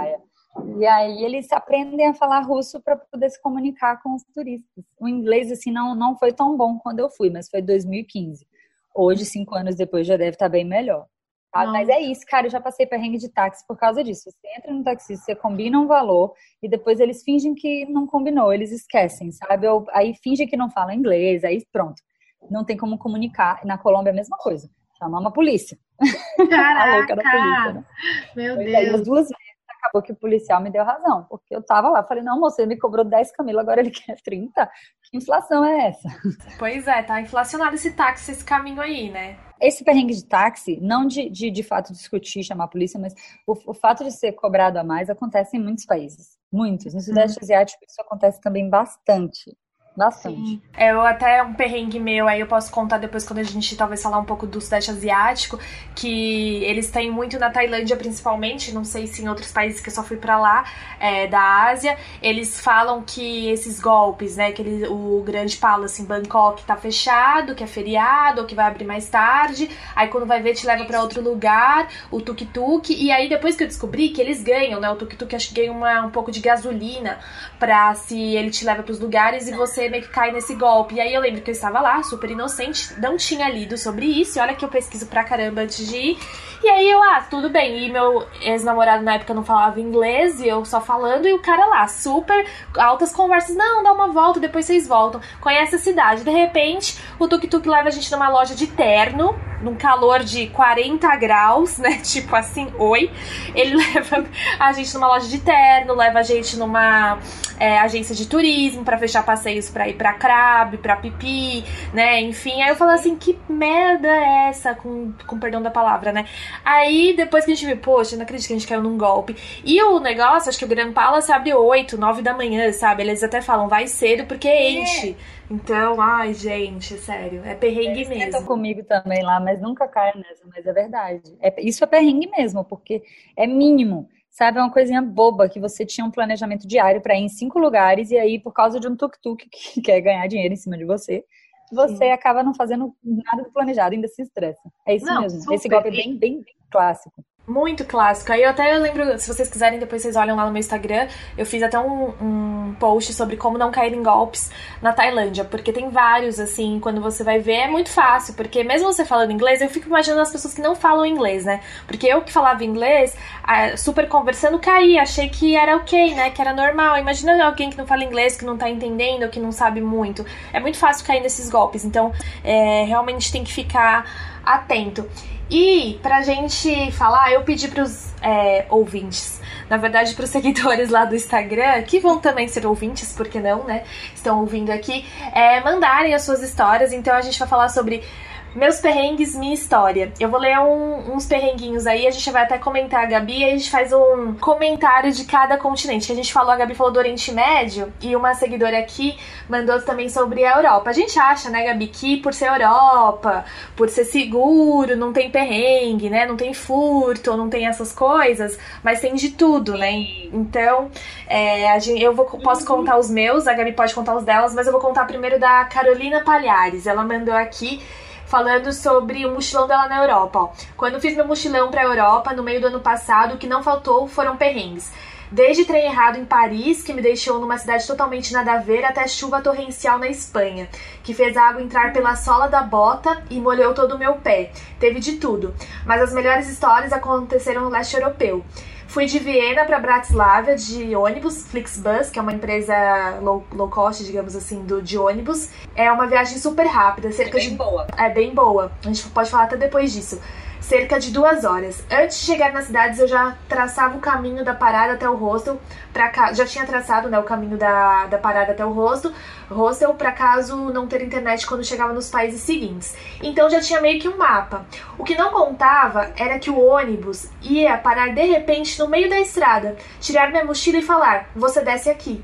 Speaker 2: E aí eles aprendem a falar russo para poder se comunicar com os turistas. O inglês, assim, não, não foi tão bom quando eu fui, mas foi dois mil e quinze. Hoje, cinco anos depois, já deve estar bem melhor. Tá? Mas é isso, cara, eu já passei perrengue de táxi por causa disso. Você entra no táxi, você combina um valor e depois eles fingem que não combinou, eles esquecem, sabe? Ou, aí fingem que não falam inglês, aí pronto. Não tem como comunicar. Na Colômbia é a mesma coisa. Chamar uma polícia.
Speaker 3: Caraca!
Speaker 2: A louca da polícia, né?
Speaker 3: Meu
Speaker 2: Pois
Speaker 3: Deus!
Speaker 2: aí, as duas vezes acabou que o policial me deu razão, porque eu tava lá, falei, não, moço, ele me cobrou dez Camilo, agora ele quer trinta? Que inflação é essa?
Speaker 1: Pois é, tá inflacionado esse táxi, esse caminho aí, né?
Speaker 2: Esse perrengue de táxi, não de, de, de fato discutir, chamar a polícia, mas o, o fato de ser cobrado a mais acontece em muitos países. Muitos. No Sudeste Asiático isso acontece também bastante. Bastante.
Speaker 1: Sim. É, eu até um perrengue meu, aí eu posso contar depois quando a gente talvez falar um pouco do Sudeste Asiático, que eles têm muito na Tailândia principalmente, não sei se em outros países que eu só fui pra lá, é, da Ásia, eles falam que esses golpes, né, que ele, o Grande Palace em Bangkok tá fechado, que é feriado, ou que vai abrir mais tarde, aí quando vai ver te leva pra outro lugar, o tuk-tuk, e aí depois que eu descobri que eles ganham, né, o tuk-tuk acho que ganha uma, um pouco de gasolina pra se ele te leva pros lugares e você meio que cai nesse golpe. E aí eu lembro que eu estava lá, super inocente, não tinha lido sobre isso, e olha que eu pesquiso pra caramba antes de ir. E aí eu, ah, tudo bem. E meu ex-namorado na época não falava inglês, e eu só falando, e o cara lá, super altas conversas, não, dá uma volta, depois vocês voltam. Conhece a cidade. De repente, o tuk-tuk leva a gente numa loja de terno, num calor de quarenta graus, né, tipo assim, oi. Ele leva a gente numa loja de terno, leva a gente numa é, agência de turismo pra fechar passeios pra ir pra Krabi, pra Pipi, né, enfim. Aí eu falo assim, que merda é essa, com, com perdão da palavra, né. Aí depois que a gente viu, poxa, não acredito que a gente caiu num golpe. E o negócio, acho que o Grand Palace abre oito, nove da manhã, sabe, eles até falam, vai cedo porque enche. Então, ai, gente, sério, é perrengue
Speaker 2: Eles
Speaker 1: mesmo.
Speaker 2: tentam comigo também lá, mas nunca caio nessa, mas é verdade. É, isso é perrengue mesmo, porque é mínimo, sabe? É uma coisinha boba que você tinha um planejamento diário para ir em cinco lugares e aí, por causa de um tuk-tuk que quer ganhar dinheiro em cima de você, você Sim. acaba não fazendo nada do planejado, ainda se estressa. É isso não, mesmo. Super. Esse golpe é bem, bem, bem clássico.
Speaker 1: Muito clássico. Aí eu até lembro, se vocês quiserem, depois vocês olham lá no meu Instagram, eu fiz até um, um post sobre como não cair em golpes na Tailândia, porque tem vários, assim, quando você vai ver é muito fácil, porque mesmo você falando inglês, eu fico imaginando as pessoas que não falam inglês, né? Porque eu que falava inglês, super conversando, caí, achei que era ok, né? Que era normal. Imagina alguém que não fala inglês, que não tá entendendo, que não sabe muito. É muito fácil cair nesses golpes, então é, realmente tem que ficar atento. E pra gente falar, eu pedi pros é, ouvintes, na verdade pros seguidores lá do Instagram, que vão também ser ouvintes, por que não, né? Estão ouvindo aqui, é, mandarem as suas histórias. Então a gente vai falar sobre meus perrengues, minha história. Eu vou ler um, uns perrenguinhos aí, a gente vai até comentar a Gabi, e a gente faz um comentário de cada continente. Que a gente falou, a Gabi falou do Oriente Médio, e uma seguidora aqui mandou também sobre a Europa. A gente acha, né, Gabi, que por ser Europa, por ser seguro, não tem perrengue, né, não tem furto, não tem essas coisas, mas tem de tudo, né? Então, é, a gente, eu vou, posso contar os meus, a Gabi pode contar os delas, mas eu vou contar primeiro da Carolina Palhares. Ela mandou aqui falando sobre o mochilão dela na Europa. Ó. Quando fiz meu mochilão pra Europa, no meio do ano passado, o que não faltou foram perrengues. Desde trem errado em Paris, que me deixou numa cidade totalmente nada a ver, até chuva torrencial na Espanha, que fez a água entrar pela sola da bota e molhou todo o meu pé. Teve de tudo, mas as melhores histórias aconteceram no leste europeu. Fui de Viena para Bratislava de ônibus, Flixbus, que é uma empresa low, low cost, digamos assim, do, de ônibus. É uma viagem super rápida, cerca
Speaker 2: é bem
Speaker 1: de...
Speaker 2: boa.
Speaker 1: É bem boa. A gente pode falar até depois disso. Cerca de duas horas. Antes de chegar nas cidades, eu já traçava o caminho da parada até o hostel. Pra ca... Já tinha traçado, né, o caminho da, da parada até o hostel, hostel para caso não ter internet quando chegava nos países seguintes. Então já tinha meio que um mapa. O que não contava era que o ônibus ia parar de repente no meio da estrada, tirar minha mochila e falar, você desce aqui.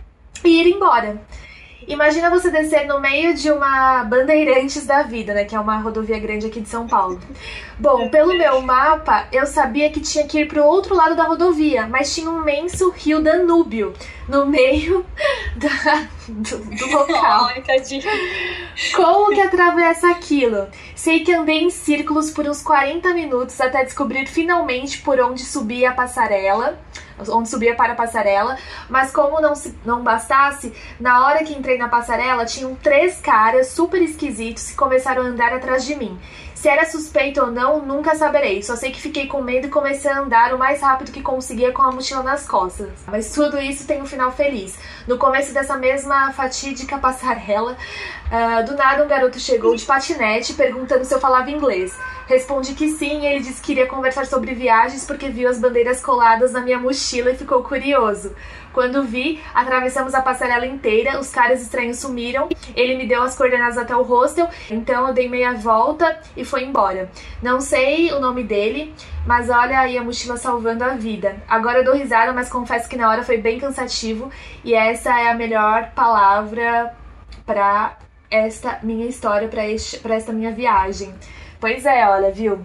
Speaker 1: E ir embora. Imagina você descer no meio de uma Bandeirantes da vida, né? Que é uma rodovia grande aqui de São Paulo. Bom, pelo meu mapa, eu sabia que tinha que ir pro outro lado da rodovia, mas tinha um imenso rio Danúbio no meio da, do, do local.
Speaker 2: Ai, tadinho.
Speaker 1: Como que atravessa aquilo? Sei que andei em círculos por uns quarenta minutos até descobrir finalmente por onde subia a passarela, onde subia para a passarela, mas como não, se, não bastasse, na hora que entrei na passarela, tinham três caras super esquisitos que começaram a andar atrás de mim. Se era suspeito ou não, nunca saberei. Só sei que fiquei com medo e comecei a andar o mais rápido que conseguia com a mochila nas costas. Mas tudo isso tem um final feliz. No começo dessa mesma fatídica passarela, uh, do nada um garoto chegou de patinete perguntando se eu falava inglês. Respondi que sim e ele disse que iria conversar sobre viagens porque viu as bandeiras coladas na minha mochila e ficou curioso. Quando vi, atravessamos a passarela inteira, os caras estranhos sumiram, ele me deu as coordenadas até o hostel, então eu dei meia volta e foi embora. Não sei o nome dele, mas olha aí a mochila salvando a vida. Agora eu dou risada, mas confesso que na hora foi bem cansativo e essa é a melhor palavra para esta minha história, para este, para esta minha viagem. Pois é, olha, viu?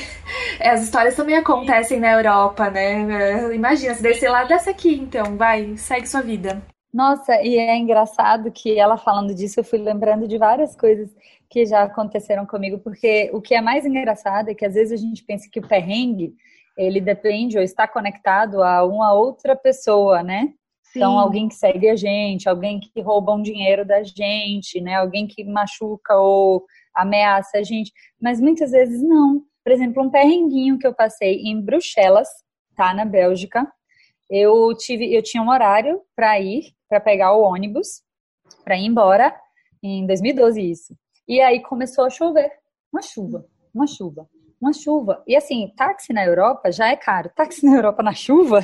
Speaker 1: As histórias também acontecem na Europa, né? Imagina, se descer lá, desce aqui então, vai, segue sua vida.
Speaker 2: Nossa, e é engraçado que ela falando disso, eu fui lembrando de várias coisas que já aconteceram comigo, porque o que é mais engraçado é que às vezes a gente pensa que o perrengue, ele depende ou está conectado a uma outra pessoa, né? Sim. Então, alguém que segue a gente, alguém que rouba um dinheiro da gente, né? Alguém que machuca ou ameaça a gente, mas muitas vezes não. Por exemplo, um perrenguinho que eu passei em Bruxelas, tá, na Bélgica, eu tive, eu tinha um horário para ir, para pegar o ônibus, para ir embora, em dois mil e doze isso. E aí começou a chover, uma chuva, uma chuva, uma chuva. E assim, táxi na Europa já é caro, táxi na Europa na chuva...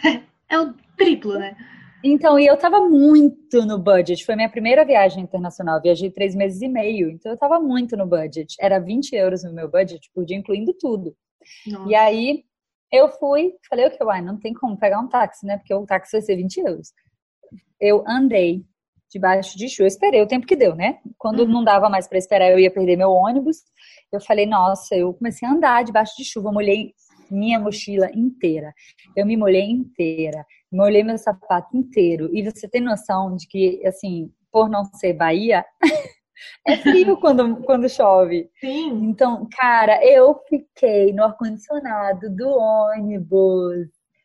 Speaker 3: É o triplo, né?
Speaker 2: Então, e eu tava muito no budget. Foi minha primeira viagem internacional. Eu viajei três meses e meio. Então, eu tava muito no budget. Era vinte euros no meu budget por dia, incluindo tudo. Nossa. E aí, eu fui, falei, o que? Uai, não tem como pegar um táxi, né? Porque o táxi vai ser vinte euros. Eu andei debaixo de chuva. Eu esperei o tempo que deu, né? Quando uhum. não dava mais pra esperar, eu ia perder meu ônibus. Eu falei, nossa, eu comecei a andar debaixo de chuva. Eu molhei minha mochila inteira. Eu me molhei inteira. Molhei meu sapato inteiro. E você tem noção de que, assim, por não ser Bahia, é frio quando, quando chove.
Speaker 3: Sim.
Speaker 2: Então, cara, eu fiquei no ar-condicionado do ônibus,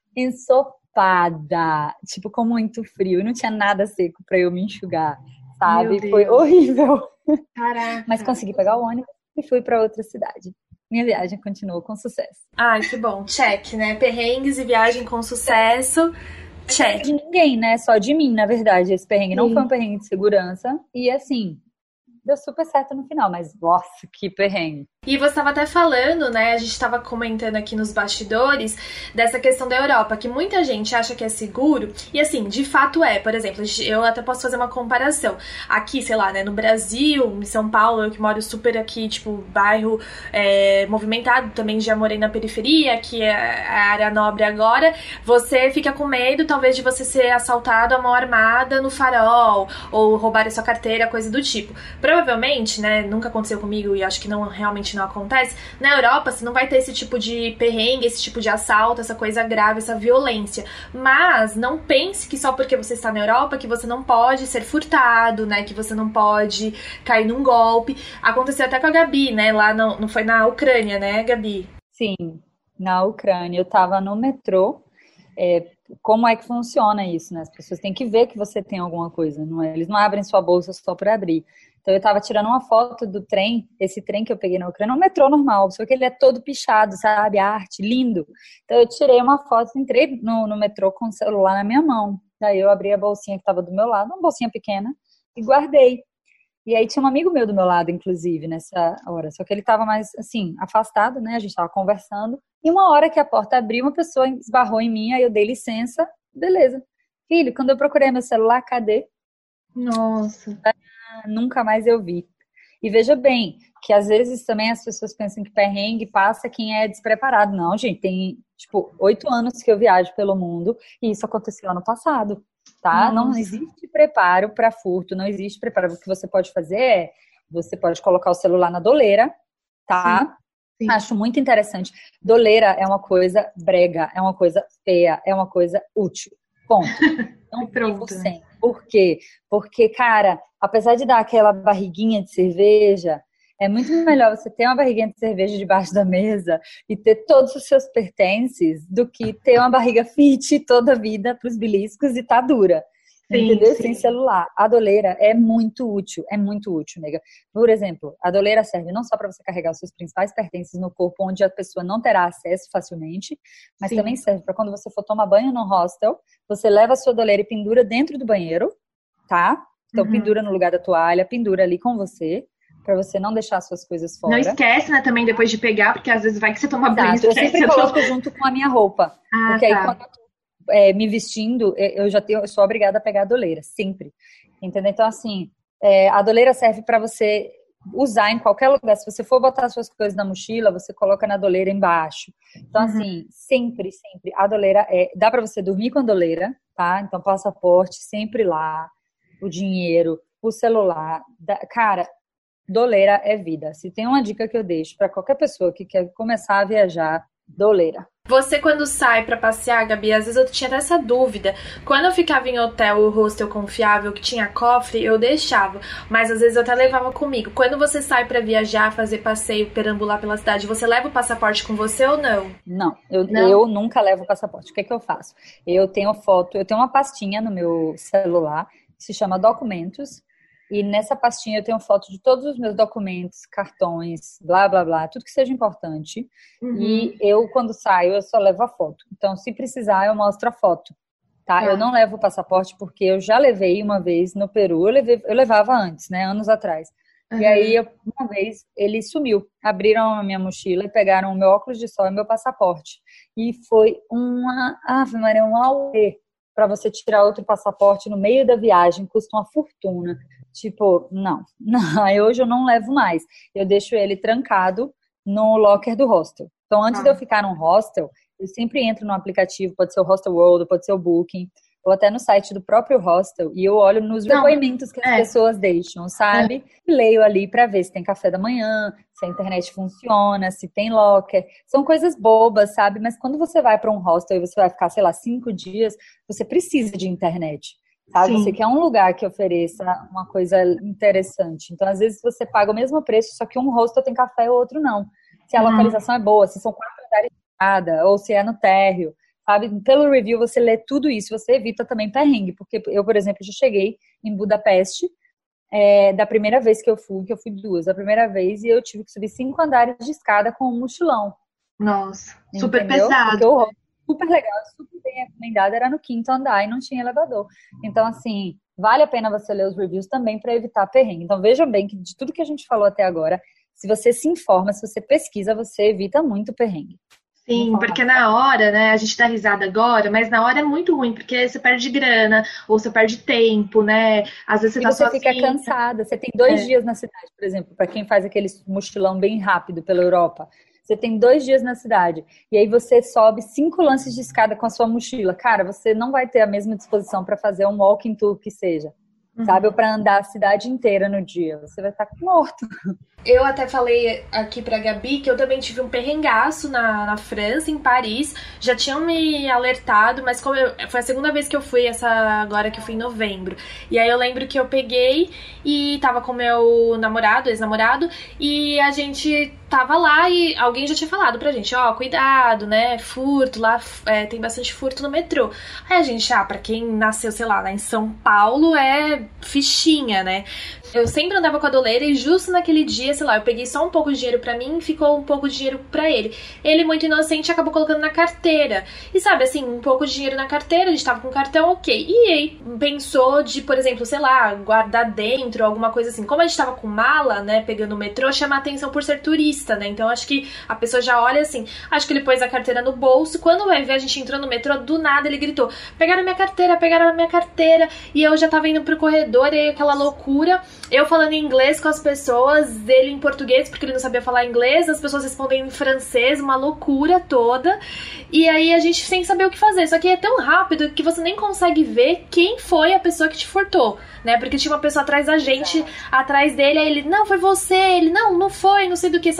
Speaker 2: ensopada, tipo, com muito frio. E não tinha nada seco pra eu me enxugar, sabe? Foi horrível.
Speaker 3: Caraca.
Speaker 2: Mas consegui pegar o ônibus e fui pra outra cidade. Minha viagem continuou com sucesso.
Speaker 1: Ai, que bom. Check, né? Perrengues e viagem com sucesso. Check.
Speaker 2: De ninguém, né? Só de mim, na verdade. Esse perrengue não foi um perrengue de segurança. E assim, deu super certo no final. Mas, nossa, que perrengue.
Speaker 1: E você estava até falando, né, a gente estava comentando aqui nos bastidores dessa questão da Europa, que muita gente acha que é seguro, e assim, de fato é. Por exemplo, eu até posso fazer uma comparação. Aqui, sei lá, né, no Brasil, em São Paulo, eu que moro super aqui, tipo, bairro é, movimentado, também já morei na periferia, que é a área nobre agora, você fica com medo, talvez, de você ser assaltado a mão armada no farol, ou roubar a sua carteira, coisa do tipo. Provavelmente, né, nunca aconteceu comigo, e acho que não realmente não acontece, na Europa você não vai ter esse tipo de perrengue, esse tipo de assalto, essa coisa grave, essa violência. Mas não pense que só porque você está na Europa que você não pode ser furtado, né? Que você não pode cair num golpe. Aconteceu até com a Gabi, né? Lá no, não foi na Ucrânia, né, Gabi?
Speaker 2: Sim, na Ucrânia. Eu tava no metrô. É, como é que funciona isso, né? As pessoas têm que ver que você tem alguma coisa, não é? Eles não abrem sua bolsa só por abrir. Então eu tava tirando uma foto do trem, esse trem que eu peguei na Ucrânia, um metrô normal, só que ele é todo pichado, sabe? A arte, lindo. Então eu tirei uma foto, entrei no, no metrô com o celular na minha mão. Daí eu abri a bolsinha que tava do meu lado, uma bolsinha pequena, e guardei. E aí tinha um amigo meu do meu lado, inclusive, nessa hora. Só que ele tava mais, assim, afastado, né? A gente tava conversando. E uma hora que a porta abriu, uma pessoa esbarrou em mim, aí eu dei licença. Beleza. Filho, quando eu procurei meu celular, cadê?
Speaker 3: Nossa.
Speaker 2: Nunca mais eu vi. E veja bem, que às vezes também as pessoas pensam que perrengue passa quem é despreparado. Não, gente, tem, tipo, oito anos que eu viajo pelo mundo e isso aconteceu ano passado, tá? Nossa. Não existe preparo para furto, não existe preparo. O que você pode fazer é, você pode colocar o celular na doleira, tá? Sim. Sim. Acho muito interessante. Doleira é uma coisa brega, é uma coisa feia, é uma coisa útil. Ponto. Não vivo sem. Por quê? Porque, cara, apesar de dar aquela barriguinha de cerveja, é muito melhor você ter uma barriguinha de cerveja debaixo da mesa e ter todos os seus pertences do que ter uma barriga fit toda a vida pros beliscos e tá dura. Sim, entendeu? Sim. Sem celular. A doleira é muito útil, é muito útil, nega. Por exemplo, a doleira serve não só para você carregar os seus principais pertences no corpo, onde a pessoa não terá acesso facilmente, mas Sim. também serve para quando você for tomar banho no hostel, você leva a sua doleira e pendura dentro do banheiro, tá? Então, uhum. pendura no lugar da toalha, pendura ali com você, para você não deixar as suas coisas fora.
Speaker 3: Não esquece, né, também depois de pegar, porque às vezes vai que você toma banho.
Speaker 2: Eu sempre coloco junto com a minha roupa, ah, porque tá. aí quando eu tô É, me vestindo, eu já tenho, eu sou obrigada a pegar a doleira, sempre. Entendeu? Então, assim, é, a doleira serve para você usar em qualquer lugar. Se você for botar as suas coisas na mochila, você coloca na doleira embaixo. Então, uhum. assim, sempre, sempre. A doleira é. Dá para você dormir com a doleira, tá? Então, passaporte sempre lá, o dinheiro, o celular. Da, cara, doleira é vida. Se tem uma dica que eu deixo para qualquer pessoa que quer começar a viajar, doleira.
Speaker 1: Você, quando sai pra passear, Gabi, às vezes eu tinha até essa dúvida. Quando eu ficava em hotel ou hostel confiável, que tinha cofre, eu deixava. Mas às vezes eu até levava comigo. Quando você sai pra viajar, fazer passeio, perambular pela cidade, você leva o passaporte com você ou não?
Speaker 2: Não, eu, não? eu nunca levo o passaporte. O que é que eu faço? Eu tenho foto, eu tenho uma pastinha no meu celular, que se chama Documentos. E nessa pastinha eu tenho foto de todos os meus documentos, cartões, blá, blá, blá, tudo que seja importante. Uhum. E eu, quando saio, eu só levo a foto. Então, se precisar, eu mostro a foto, tá? tá? Eu não levo o passaporte porque eu já levei uma vez no Peru. Eu, levei, eu levava antes, né? Anos atrás. Uhum. E aí, uma vez, ele sumiu. Abriram a minha mochila e pegaram o meu óculos de sol e meu passaporte. E foi uma... Ave Maria, um auê para você tirar outro passaporte no meio da viagem. Custa uma fortuna. Tipo, não, não, hoje eu não levo mais. Eu deixo ele trancado no locker do hostel. Então, antes ah. de eu ficar num hostel, eu sempre entro no aplicativo, pode ser o Hostel World, pode ser o Booking, ou até no site do próprio hostel, e eu olho nos não, depoimentos que as é. pessoas deixam, sabe? É. E leio ali pra ver se tem café da manhã, se a internet funciona, se tem locker. São coisas bobas, sabe? Mas quando você vai pra um hostel e você vai ficar, sei lá, cinco dias, você precisa de internet. Sabe? Você quer um lugar que ofereça uma coisa interessante. Então, às vezes, você paga o mesmo preço, só que um hostel tem café e o outro não. Se a uhum. localização é boa, se são quatro andares de escada, ou se é no térreo, sabe? Pelo review, você lê tudo isso, você evita também perrengue. Porque eu, por exemplo, já cheguei em Budapeste, é, da primeira vez que eu fui, que eu fui duas, da primeira vez, e eu tive que subir cinco andares de escada com um mochilão.
Speaker 3: Nossa, super
Speaker 2: entendeu?
Speaker 3: pesado.
Speaker 2: Porque o hostel super legal, super bem recomendado, era no quinto andar e não tinha elevador. Então, assim, vale a pena você ler os reviews também para evitar perrengue. Então, veja bem que de tudo que a gente falou até agora, se você se informa, se você pesquisa, você evita muito perrengue.
Speaker 3: Sim, porque na hora, né, a gente dá risada agora, mas na hora é muito ruim, porque você perde grana, ou você perde tempo, né? Às vezes você
Speaker 2: e
Speaker 3: tá
Speaker 2: você
Speaker 3: sozinha.
Speaker 2: fica cansada. Você tem dois é. dias na cidade, por exemplo, para quem faz aquele mochilão bem rápido pela Europa. Você tem dois dias na cidade, e aí você sobe cinco lances de escada com a sua mochila. Cara, você não vai ter a mesma disposição para fazer um walking tour que seja, uhum. sabe? Ou para andar a cidade inteira no dia. Você vai estar morto.
Speaker 1: Eu até falei aqui pra Gabi que eu também tive um perrengaço na, na França, em Paris. Já tinham me alertado, mas como eu, foi a segunda vez que eu fui, essa agora que eu fui em novembro. E aí eu lembro que eu peguei e tava com meu namorado, ex-namorado, e a gente tava lá e alguém já tinha falado pra gente, ó, oh, cuidado, né, furto, lá é, tem bastante furto no metrô. Aí a gente, ah, pra quem nasceu, sei lá, lá em São Paulo, é fichinha, né. Eu sempre andava com a doleira e justo naquele dia, sei lá, eu peguei só um pouco de dinheiro pra mim e ficou um pouco de dinheiro pra ele. Ele, muito inocente, acabou colocando na carteira. E sabe, assim, um pouco de dinheiro na carteira, a gente tava com cartão, ok. E aí, pensou de, por exemplo, sei lá, guardar dentro, alguma coisa assim. Como a gente tava com mala, né, pegando o metrô, chamar atenção por ser turista, né? Então, acho que a pessoa já olha assim, acho que ele pôs a carteira no bolso. Quando vai ver, a gente entrou no metrô, do nada ele gritou, pegaram minha carteira, pegaram a minha carteira. E eu já tava indo pro corredor, e aí aquela loucura... Eu falando em inglês com as pessoas, ele em português, porque ele não sabia falar inglês, as pessoas respondendo em francês, uma loucura toda. E aí a gente sem saber o que fazer. Só que é tão rápido que você nem consegue ver quem foi a pessoa que te furtou, né? Porque tinha uma pessoa atrás da gente, atrás dele, aí ele, não, foi você, ele, não, não foi, não sei do que, sabe?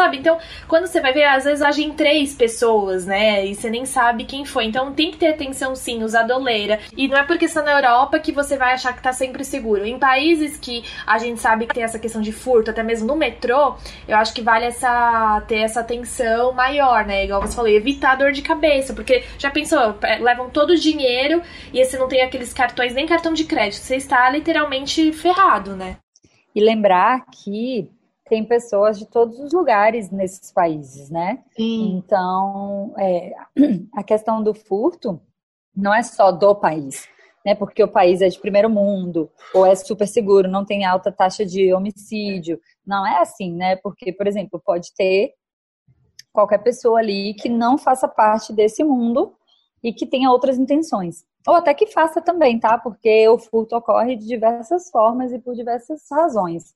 Speaker 1: sabe? Então, quando você vai ver, às vezes agem três pessoas, né? E você nem sabe quem foi. Então, tem que ter atenção, sim, usar doleira. E não é porque está na Europa que você vai achar que tá sempre seguro. Em países que a gente sabe que tem essa questão de furto, até mesmo no metrô, eu acho que vale essa, ter essa atenção maior, né? Igual você falou, evitar dor de cabeça. Porque, já pensou, levam todo o dinheiro e você não tem aqueles cartões, nem cartão de crédito. Você está literalmente ferrado, né?
Speaker 2: E lembrar que tem pessoas de todos os lugares nesses países, né?
Speaker 3: Sim.
Speaker 2: Então, é, a questão do furto não é só do país, né? Porque o país é de primeiro mundo, ou é super seguro, não tem alta taxa de homicídio. Não é assim, né? Porque, por exemplo, pode ter qualquer pessoa ali que não faça parte desse mundo e que tenha outras intenções. Ou até que faça também, tá? Porque o furto ocorre de diversas formas e por diversas razões.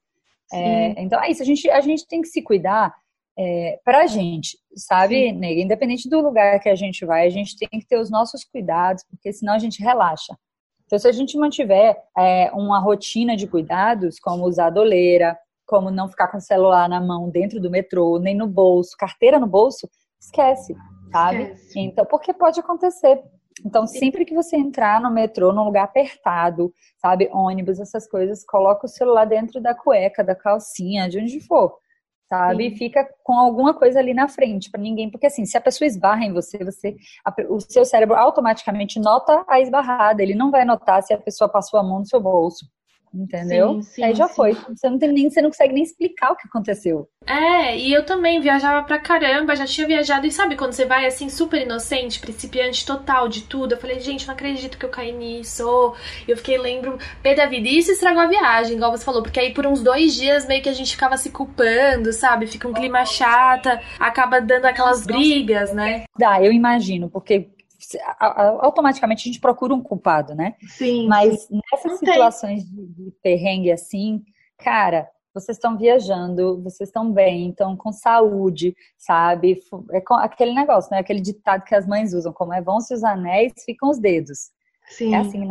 Speaker 2: É, então é isso, a gente, a gente tem que se cuidar é, pra gente, sabe, nega? Independente do lugar que a gente vai, a gente tem que ter os nossos cuidados, porque senão a gente relaxa. Então, se a gente mantiver é, uma rotina de cuidados, como usar doleira, como não ficar com o celular na mão dentro do metrô, nem no bolso, carteira no bolso, esquece, sabe?
Speaker 3: Esquece.
Speaker 2: Então, porque pode acontecer. Então, sempre que você entrar no metrô, num lugar apertado, sabe, ônibus, essas coisas, coloca o celular dentro da cueca, da calcinha, de onde for, sabe?
Speaker 3: Sim.
Speaker 2: E fica com alguma coisa ali na frente para ninguém, porque assim, se a pessoa esbarra em você, você, a, o seu cérebro automaticamente nota a esbarrada, ele não vai notar se a pessoa passou a mão no seu bolso. Entendeu?
Speaker 3: Sim, sim,
Speaker 2: Aí já
Speaker 3: sim.
Speaker 2: foi. Você não tem nem, você não consegue nem explicar o que aconteceu.
Speaker 1: É, e eu também viajava pra caramba, já tinha viajado, e sabe quando você vai assim, super inocente, principiante total de tudo? Eu falei, gente, não acredito que eu caí nisso. E eu fiquei, lembro, pé da vida. E isso estragou a viagem, igual você falou, porque aí por uns dois dias meio que a gente ficava se culpando, sabe? Fica um clima chata, acaba dando aquelas brigas, né?
Speaker 2: Dá, eu imagino, porque automaticamente a gente procura um culpado, né?
Speaker 3: Sim,
Speaker 2: Mas
Speaker 3: sim.
Speaker 2: nessas
Speaker 3: Não
Speaker 2: situações de, de perrengue assim, cara, vocês estão viajando, vocês estão bem, estão com saúde, sabe? É aquele negócio, né? Aquele ditado que as mães usam, como é vão-se os anéis, ficam os dedos.
Speaker 3: Sim.
Speaker 2: É assim, né?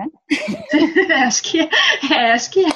Speaker 3: acho que é, é, acho que é.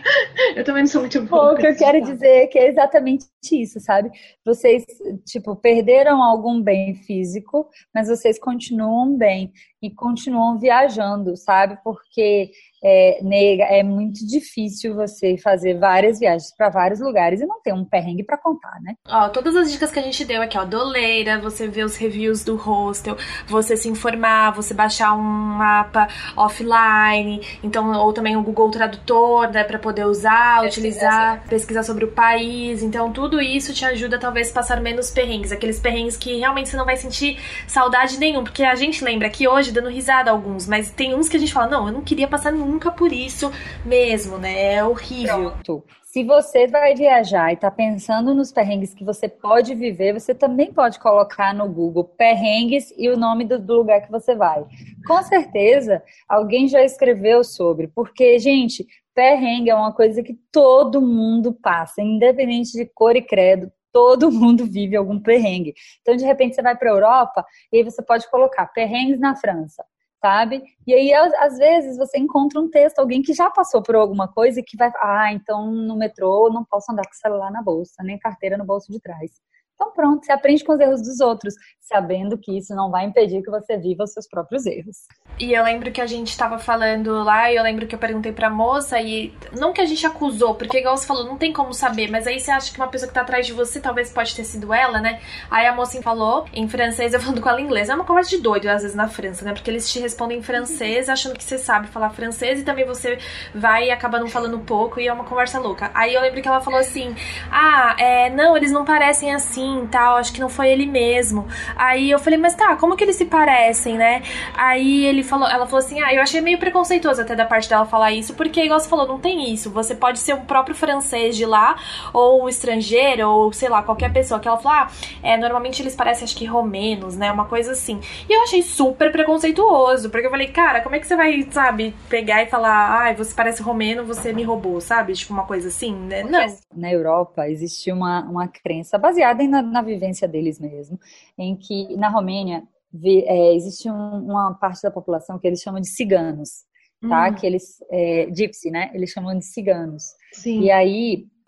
Speaker 3: Eu também não sou muito boa.
Speaker 2: O que eu quero dizer é que é exatamente isso, sabe? Vocês, tipo, perderam algum bem físico, mas vocês continuam bem e continuam viajando, sabe? Porque, é, nega, é muito difícil você fazer várias viagens para vários lugares e não ter um perrengue para contar, né?
Speaker 1: Ó, todas as dicas que a gente deu aqui, ó, doleira, você ver os reviews do hostel, você se informar, você baixar um mapa offline, então, ou também o Google Tradutor, né, para poder usar, utilizar, pesquisar sobre o país. Então, tudo isso te ajuda talvez a passar menos perrengues, aqueles perrengues que realmente você não vai sentir saudade nenhum, porque a gente lembra aqui hoje dando risada alguns, mas tem uns que a gente fala, não, eu não queria passar nunca por isso mesmo, né? É horrível.
Speaker 2: Pronto. Se você vai viajar e tá pensando nos perrengues que você pode viver, você também pode colocar no Google perrengues e o nome do, do lugar que você vai. Com certeza, alguém já escreveu sobre, porque, gente, perrengue é uma coisa que todo mundo passa, independente de cor e credo, todo mundo vive algum perrengue. Então, de repente, você vai para a Europa e aí você pode colocar perrengues na França, sabe? E aí, às vezes, você encontra um texto, alguém que já passou por alguma coisa e que vai, ah, então no metrô eu não posso andar com o celular na bolsa, nem carteira no bolso de trás. Então pronto, você aprende com os erros dos outros, sabendo que isso não vai impedir que você viva os seus próprios erros.
Speaker 1: E eu lembro que a gente tava falando lá, e eu lembro que eu perguntei pra moça, e não que a gente acusou, porque igual você falou, não tem como saber, mas aí você acha que uma pessoa que tá atrás de você, talvez pode ter sido ela, né? Aí a moça falou em francês, eu falando com ela em inglês. É uma conversa de doido, às vezes, na França, né? Porque eles te respondem em francês, achando que você sabe falar francês, e também você vai e acaba não falando pouco, e é uma conversa louca. Aí eu lembro que ela falou assim, ah, é, não, eles não parecem assim, tal, acho que não foi ele mesmo. Aí eu falei, mas tá, como que eles se parecem, né? Aí ele falou, ela falou assim, ah, eu achei meio preconceituoso até da parte dela falar isso, porque igual você falou, não tem isso, você pode ser o próprio francês de lá, ou um estrangeiro, ou sei lá, qualquer pessoa, que ela falou, ah, é, normalmente eles parecem, acho que romenos, né, uma coisa assim. E eu achei super preconceituoso, porque eu falei, cara, como é que você vai, sabe, pegar e falar, ah, você parece romeno, você me roubou, sabe, tipo uma coisa assim, né? Não.
Speaker 2: Na Europa existe uma, uma crença baseada na, na vivência deles mesmo, em que na Romênia É, existe um, uma parte da população que eles chamam de ciganos, tá?
Speaker 3: Hum.
Speaker 2: Que eles, é, gypsy, né? Eles chamam de ciganos.
Speaker 3: Sim.
Speaker 2: E aí,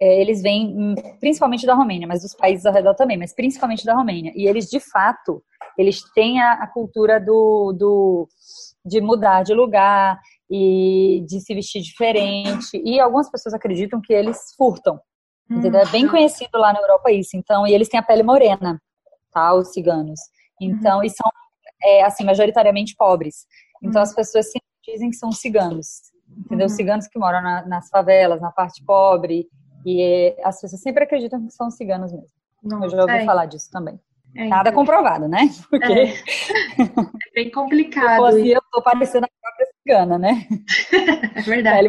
Speaker 2: é, eles vêm hum, principalmente da Romênia, mas dos países ao redor também, mas principalmente da Romênia. E eles, de fato, eles têm a, a cultura do, do, de mudar de lugar e de se vestir diferente. E algumas pessoas acreditam que eles furtam. Hum, entendeu? É bem conhecido lá na Europa isso. Então, e eles têm a pele morena, tá? Os ciganos. Então, uhum. e são, é, assim, majoritariamente pobres. Então, uhum. as pessoas sempre dizem que são ciganos. Entendeu? Uhum. Ciganos que moram na, nas favelas, na parte pobre. E é, as pessoas sempre acreditam que são ciganos mesmo. Nossa, eu já ouvi é. falar disso também. É, Nada então. comprovado, né? Porque
Speaker 3: é, é bem complicado.
Speaker 2: Eu, assim, eu tô parecendo a própria cigana, né?
Speaker 3: É verdade.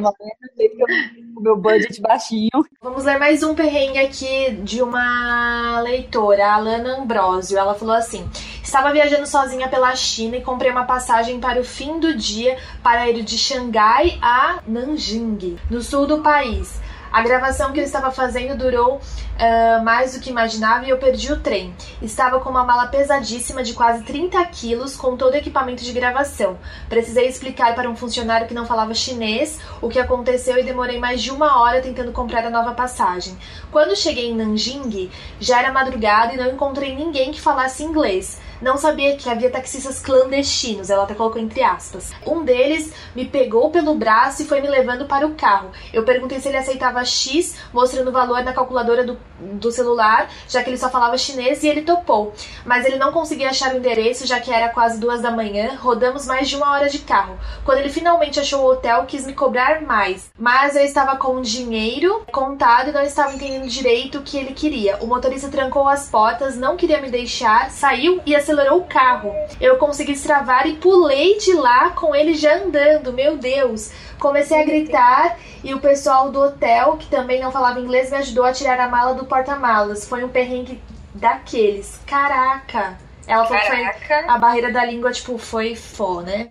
Speaker 2: O meu budget baixinho.
Speaker 1: Vamos ler mais um perrengue aqui de uma leitora, a Alana Ambrosio. Ela falou assim: estava viajando sozinha pela China e comprei uma passagem para o fim do dia para ir de Xangai a Nanjing, no sul do país. A gravação que eu estava fazendo durou uh, mais do que imaginava e eu perdi o trem. Estava com uma mala pesadíssima de quase trinta quilos com todo o equipamento de gravação. Precisei explicar para um funcionário que não falava chinês o que aconteceu e demorei mais de uma hora tentando comprar a nova passagem. Quando cheguei em Nanjing, já era madrugada e não encontrei ninguém que falasse inglês. Não sabia que havia taxistas clandestinos, ela até colocou entre aspas. Um deles me pegou pelo braço e foi me levando para o carro. Eu perguntei se ele aceitava X, mostrando o valor na calculadora do, do celular, já que ele só falava chinês, e ele topou. Mas ele não conseguia achar o endereço, já que era quase duas da manhã, rodamos mais de uma hora de carro. Quando ele finalmente achou o hotel, quis me cobrar mais. Mas eu estava com o dinheiro contado e não estava entendendo direito o que ele queria. O motorista trancou as portas, não queria me deixar, saiu e acelerou o carro. Eu consegui destravar e pulei de lá com ele já andando. Meu Deus! Comecei a gritar e o pessoal do hotel, que também não falava inglês, me ajudou a tirar a mala do porta-malas. Foi um perrengue daqueles. Caraca! Ela falou que foi a barreira da língua, tipo, foi fó, né?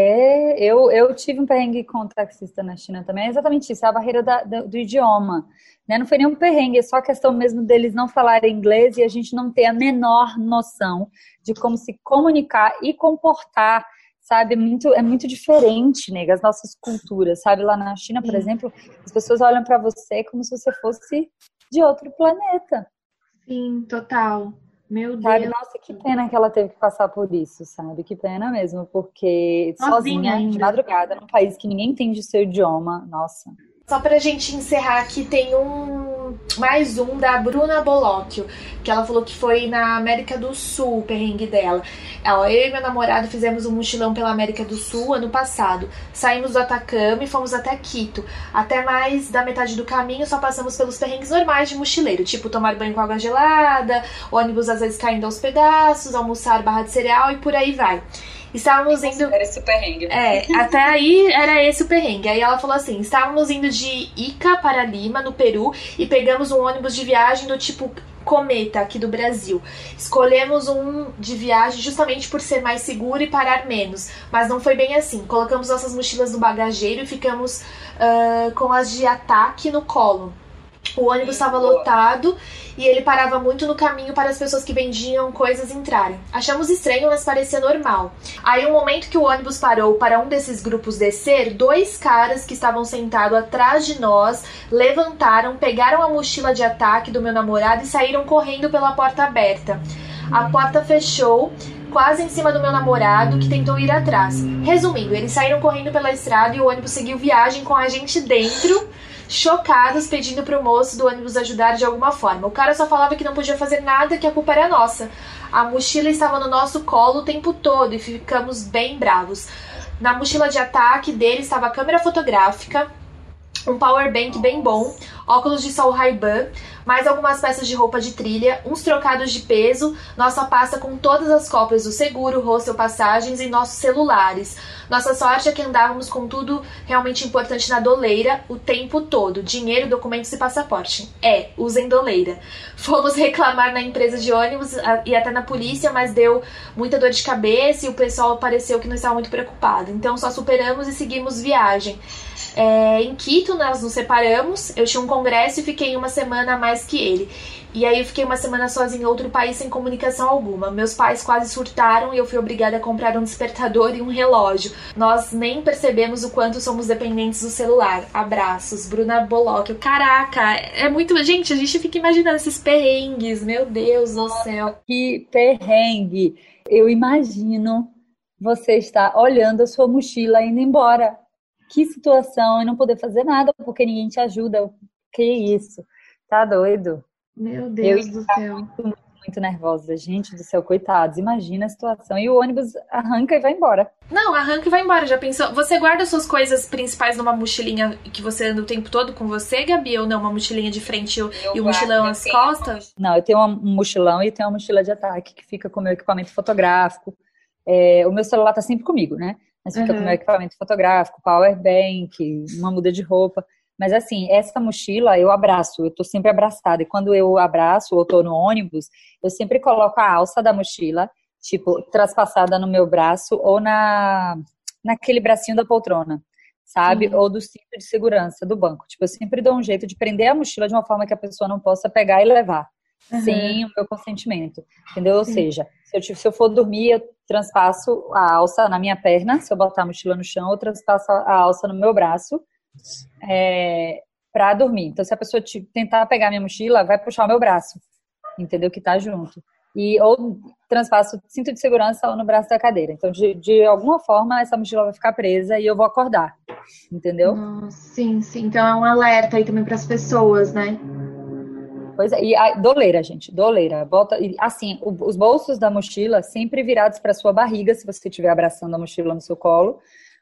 Speaker 2: É, eu, eu tive um perrengue com o taxista na China também. É exatamente isso, é a barreira da, da, do idioma. Né? Não foi nenhum perrengue, é só a questão mesmo deles não falarem inglês e a gente não ter a menor noção de como se comunicar e comportar, sabe? É muito, é muito diferente, nega, as nossas culturas, sabe? Lá na China, por Sim. exemplo, as pessoas olham pra você como se você fosse de outro planeta.
Speaker 3: Sim, total. Meu Deus.
Speaker 2: Sabe? Nossa, que pena que ela teve que passar por isso, sabe? Que pena mesmo, porque sozinha, sozinha de madrugada, num país que ninguém entende o seu idioma, nossa.
Speaker 1: Só pra gente encerrar aqui, tem um mais um da Bruna Bolocchio, que ela falou que foi na América do Sul o perrengue dela. Ela, eu e meu namorado fizemos um mochilão pela América do Sul ano passado. Saímos do Atacama e fomos até Quito. Até mais da metade do caminho só passamos pelos perrengues normais de mochileiro, tipo tomar banho com água gelada, ônibus às vezes caindo aos pedaços, almoçar barra de cereal e por aí vai. Estávamos indo...
Speaker 2: Era esse o perrengue.
Speaker 1: É, até aí era esse o perrengue. Aí ela falou assim, estávamos indo de Ica para Lima, no Peru, e pegamos um ônibus de viagem do tipo Cometa, aqui do Brasil. Escolhemos um de viagem justamente por ser mais seguro e parar menos, mas não foi bem assim. Colocamos nossas mochilas no bagageiro e ficamos uh, com as de ataque no colo. O ônibus estava lotado e ele parava muito no caminho para as pessoas que vendiam coisas entrarem. Achamos estranho, mas parecia normal. Aí, no momento que o ônibus parou para um desses grupos descer, dois caras que estavam sentados atrás de nós levantaram, pegaram a mochila de ataque do meu namorado e saíram correndo pela porta aberta. A porta fechou quase em cima do meu namorado, que tentou ir atrás. Resumindo, eles saíram correndo pela estrada e o ônibus seguiu viagem com a gente dentro, chocados, pedindo pro moço do ônibus ajudar de alguma forma. O cara só falava que não podia fazer nada, que a culpa era nossa. A mochila estava no nosso colo o tempo todo e ficamos bem bravos. Na mochila de ataque dele estava a câmera fotográfica, um power bank bem bom, óculos de sol Ray-Ban, mais algumas peças de roupa de trilha, uns trocados de peso, nossa pasta com todas as cópias do seguro, hostel, passagens e nossos celulares. Nossa sorte é que andávamos com tudo realmente importante na doleira o tempo todo, dinheiro, documentos e passaporte. É, usem doleira. Fomos reclamar na empresa de ônibus e até na polícia, mas deu muita dor de cabeça e o pessoal pareceu que não estava muito preocupado. Então só superamos e seguimos viagem. É, em Quito nós nos separamos, eu tinha um congresso e fiquei uma semana a mais que ele. E aí eu fiquei uma semana sozinha em outro país sem comunicação alguma. Meus pais quase surtaram e eu fui obrigada a comprar um despertador e um relógio. Nós nem percebemos o quanto somos dependentes do celular. Abraços, Bruna Bolocchio. Caraca, é muito... Gente, a gente fica imaginando esses perrengues. Meu Deus do céu.
Speaker 2: Que perrengue. Eu imagino você estar olhando a sua mochila indo embora. Que situação, e não poder fazer nada porque ninguém te ajuda. Que isso? Tá doido?
Speaker 3: Meu Deus do céu.
Speaker 2: Muito, muito, muito nervosa. Gente do céu, coitados. Imagina a situação. E o ônibus arranca e vai embora.
Speaker 1: Não, arranca e vai embora. Já pensou? Você guarda suas coisas principais numa mochilinha que você anda o tempo todo com você, Gabi? Ou não? Uma mochilinha de frente eu e o mochilão às costas?
Speaker 2: Não, eu tenho um mochilão e tenho uma mochila de ataque que fica com o meu equipamento fotográfico. É, o meu celular tá sempre comigo, né? Mas fica uhum. com o meu equipamento fotográfico, power bank, uma muda de roupa. Mas assim, essa mochila eu abraço, eu tô sempre abraçada. E quando eu abraço ou tô no ônibus, eu sempre coloco a alça da mochila, tipo, traspassada no meu braço ou na, naquele bracinho da poltrona, sabe? Uhum. Ou do cinto de segurança do banco. Tipo, eu sempre dou um jeito de prender a mochila de uma forma que a pessoa não possa pegar e levar. Uhum. Sem o meu consentimento, entendeu? Ou Sim. seja, se eu, se eu for dormir, eu transpasso a alça na minha perna, se eu botar a mochila no chão, eu transpasso a alça no meu braço é, pra dormir. Então, se a pessoa te, tentar pegar minha mochila, vai puxar o meu braço, entendeu? Que tá junto. E, ou transpasso o cinto de segurança ou no braço da cadeira. Então, de, de alguma forma, essa mochila vai ficar presa e eu vou acordar, entendeu?
Speaker 3: Nossa, sim, sim. Então, é um alerta aí também pras pessoas, né?
Speaker 2: Pois é, e a doleira, gente, doleira. Bota, assim, o, os bolsos da mochila sempre virados para sua barriga, se você estiver abraçando a mochila no seu colo,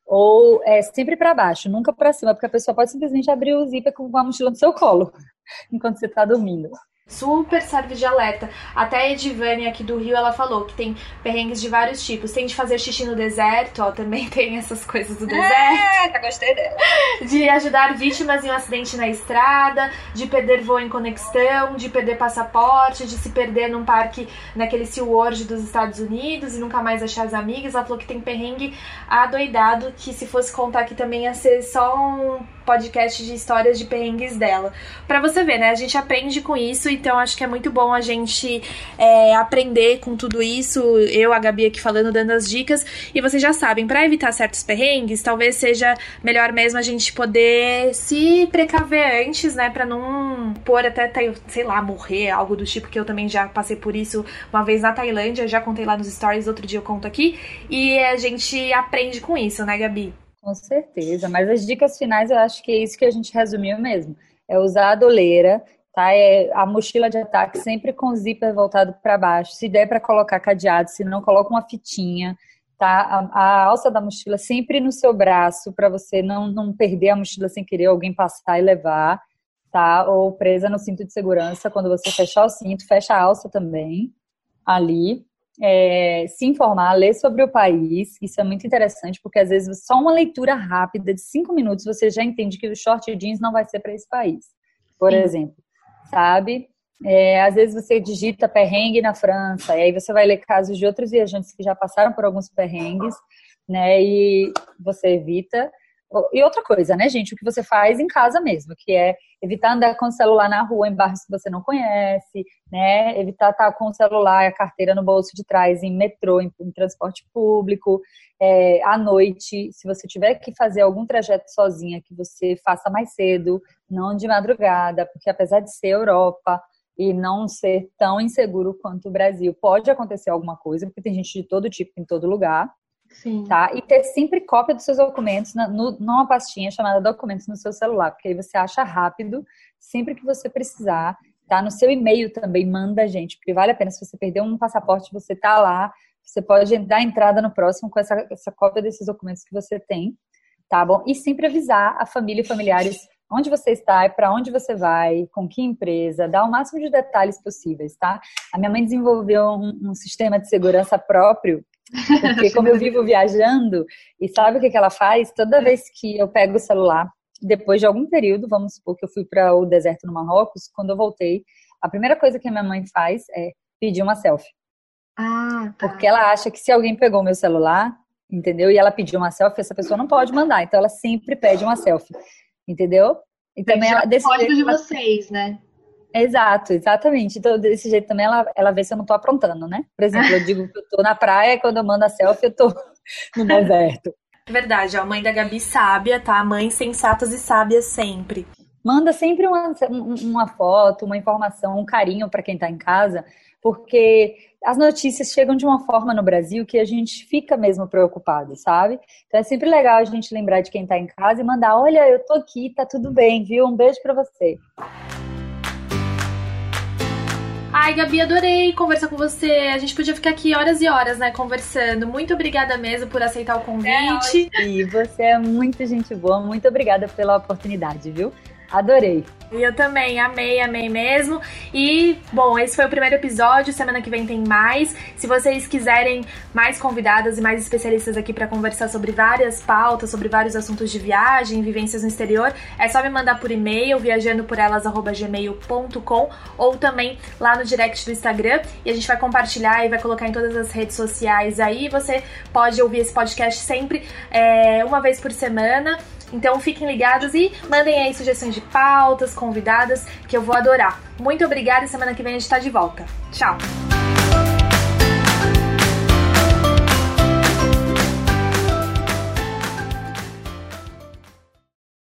Speaker 2: ou é, sempre para baixo, nunca para cima, porque a pessoa pode simplesmente abrir o zíper com a mochila no seu colo, enquanto você está dormindo.
Speaker 1: Super serve de alerta. Até a Edivane aqui do Rio, ela falou que tem perrengues de vários tipos. Tem de fazer xixi no deserto, ó, também tem essas coisas do deserto.
Speaker 2: É, gostei dela.
Speaker 1: De ajudar vítimas em um acidente na estrada, de perder voo em conexão, de perder passaporte, de se perder num parque naquele SeaWorld dos Estados Unidos e nunca mais achar as amigas. Ela falou que tem perrengue adoidado, que se fosse contar aqui também ia ser só um podcast de histórias de perrengues dela. Pra você ver, né? A gente aprende com isso, então acho que é muito bom a gente é, aprender com tudo isso. Eu, a Gabi aqui falando, dando as dicas. E vocês já sabem, pra evitar certos perrengues, talvez seja melhor mesmo a gente poder se precaver antes, né? Pra não pôr até, sei lá, morrer, algo do tipo, que eu também já passei por isso uma vez na Tailândia, já contei lá nos stories, outro dia eu conto aqui. E a gente aprende com isso, né, Gabi?
Speaker 2: Com certeza, mas as dicas finais eu acho que é isso que a gente resumiu mesmo. É usar a doleira, tá? É a mochila de ataque sempre com o zíper voltado para baixo. Se der para colocar cadeado, se não, coloca uma fitinha, tá? A, a alça da mochila sempre no seu braço para você não, não perder a mochila sem querer alguém passar e levar, tá? Ou presa no cinto de segurança, quando você fechar o cinto, fecha a alça também ali. É, se informar, ler sobre o país, isso é muito interessante, porque às vezes só uma leitura rápida de cinco minutos você já entende que o short jeans não vai ser para esse país, por Sim. exemplo, sabe? É, às vezes você digita perrengue na França, e aí você vai ler casos de outros viajantes que já passaram por alguns perrengues, né, e você evita. E outra coisa, né, gente, o que você faz em casa mesmo, que é evitar andar com o celular na rua, em bairros que você não conhece, né, evitar estar com o celular e a carteira no bolso de trás, em metrô, em, em transporte público, é, à noite, se você tiver que fazer algum trajeto sozinha, que você faça mais cedo, não de madrugada, porque apesar de ser Europa e não ser tão inseguro quanto o Brasil, pode acontecer alguma coisa, porque tem gente de todo tipo em todo lugar.
Speaker 3: Sim.
Speaker 2: Tá? E ter sempre cópia dos seus documentos na, no, numa pastinha chamada documentos no seu celular, porque aí você acha rápido, sempre que você precisar, tá? No seu e-mail também, manda, gente, porque vale a pena. Se você perder um passaporte, você tá lá, você pode dar entrada no próximo com essa, essa cópia desses documentos que você tem, tá bom? E sempre avisar a família e familiares onde você está e para onde você vai, com que empresa, dar o máximo de detalhes possíveis, tá? A minha mãe desenvolveu um, um sistema de segurança próprio, porque como eu vivo viajando, e sabe o que, que ela faz? Toda vez que eu pego o celular, depois de algum período, vamos supor que eu fui para o deserto no Marrocos, quando eu voltei, a primeira coisa que a minha mãe faz é pedir uma selfie.
Speaker 3: Ah, tá.
Speaker 2: Porque ela acha que se alguém pegou meu celular, entendeu? E ela pediu uma selfie, essa pessoa não pode mandar, então ela sempre pede uma selfie, entendeu? E também ela, desse
Speaker 3: código
Speaker 2: jeito,
Speaker 3: de
Speaker 2: ela...
Speaker 3: vocês, né?
Speaker 2: Exato, exatamente. Então, desse jeito também ela, ela vê se eu não tô aprontando, né? Por exemplo, eu digo que eu tô na praia, quando eu mando a selfie, eu tô no deserto.
Speaker 1: Verdade, a mãe da Gabi sábia, tá? Mães sensatas e sábias sempre.
Speaker 2: Manda sempre uma, uma foto, uma informação, um carinho para quem tá em casa, porque as notícias chegam de uma forma no Brasil que a gente fica mesmo preocupado, sabe? Então é sempre legal a gente lembrar de quem tá em casa e mandar, olha, eu tô aqui, tá tudo bem, viu? Um beijo para você.
Speaker 1: Ai, Gabi, adorei conversar com você. A gente podia ficar aqui horas e horas, né, conversando. Muito obrigada mesmo por aceitar o convite.
Speaker 2: É, e você é muito gente boa. Muito obrigada pela oportunidade, viu? Adorei.
Speaker 1: E eu também, amei, amei mesmo. E, bom, esse foi o primeiro episódio, semana que vem tem mais. Se vocês quiserem mais convidadas e mais especialistas aqui para conversar sobre várias pautas, sobre vários assuntos de viagem, vivências no exterior, é só me mandar por e-mail, viajando por elas arroba gmail ponto com, ou também lá no direct do Instagram, e a gente vai compartilhar e vai colocar em todas as redes sociais aí. Você pode ouvir esse podcast sempre, é, uma vez por semana. Então fiquem ligados e mandem aí sugestões de pautas, convidadas, que eu vou adorar. Muito obrigada e semana que vem a gente tá de volta. Tchau!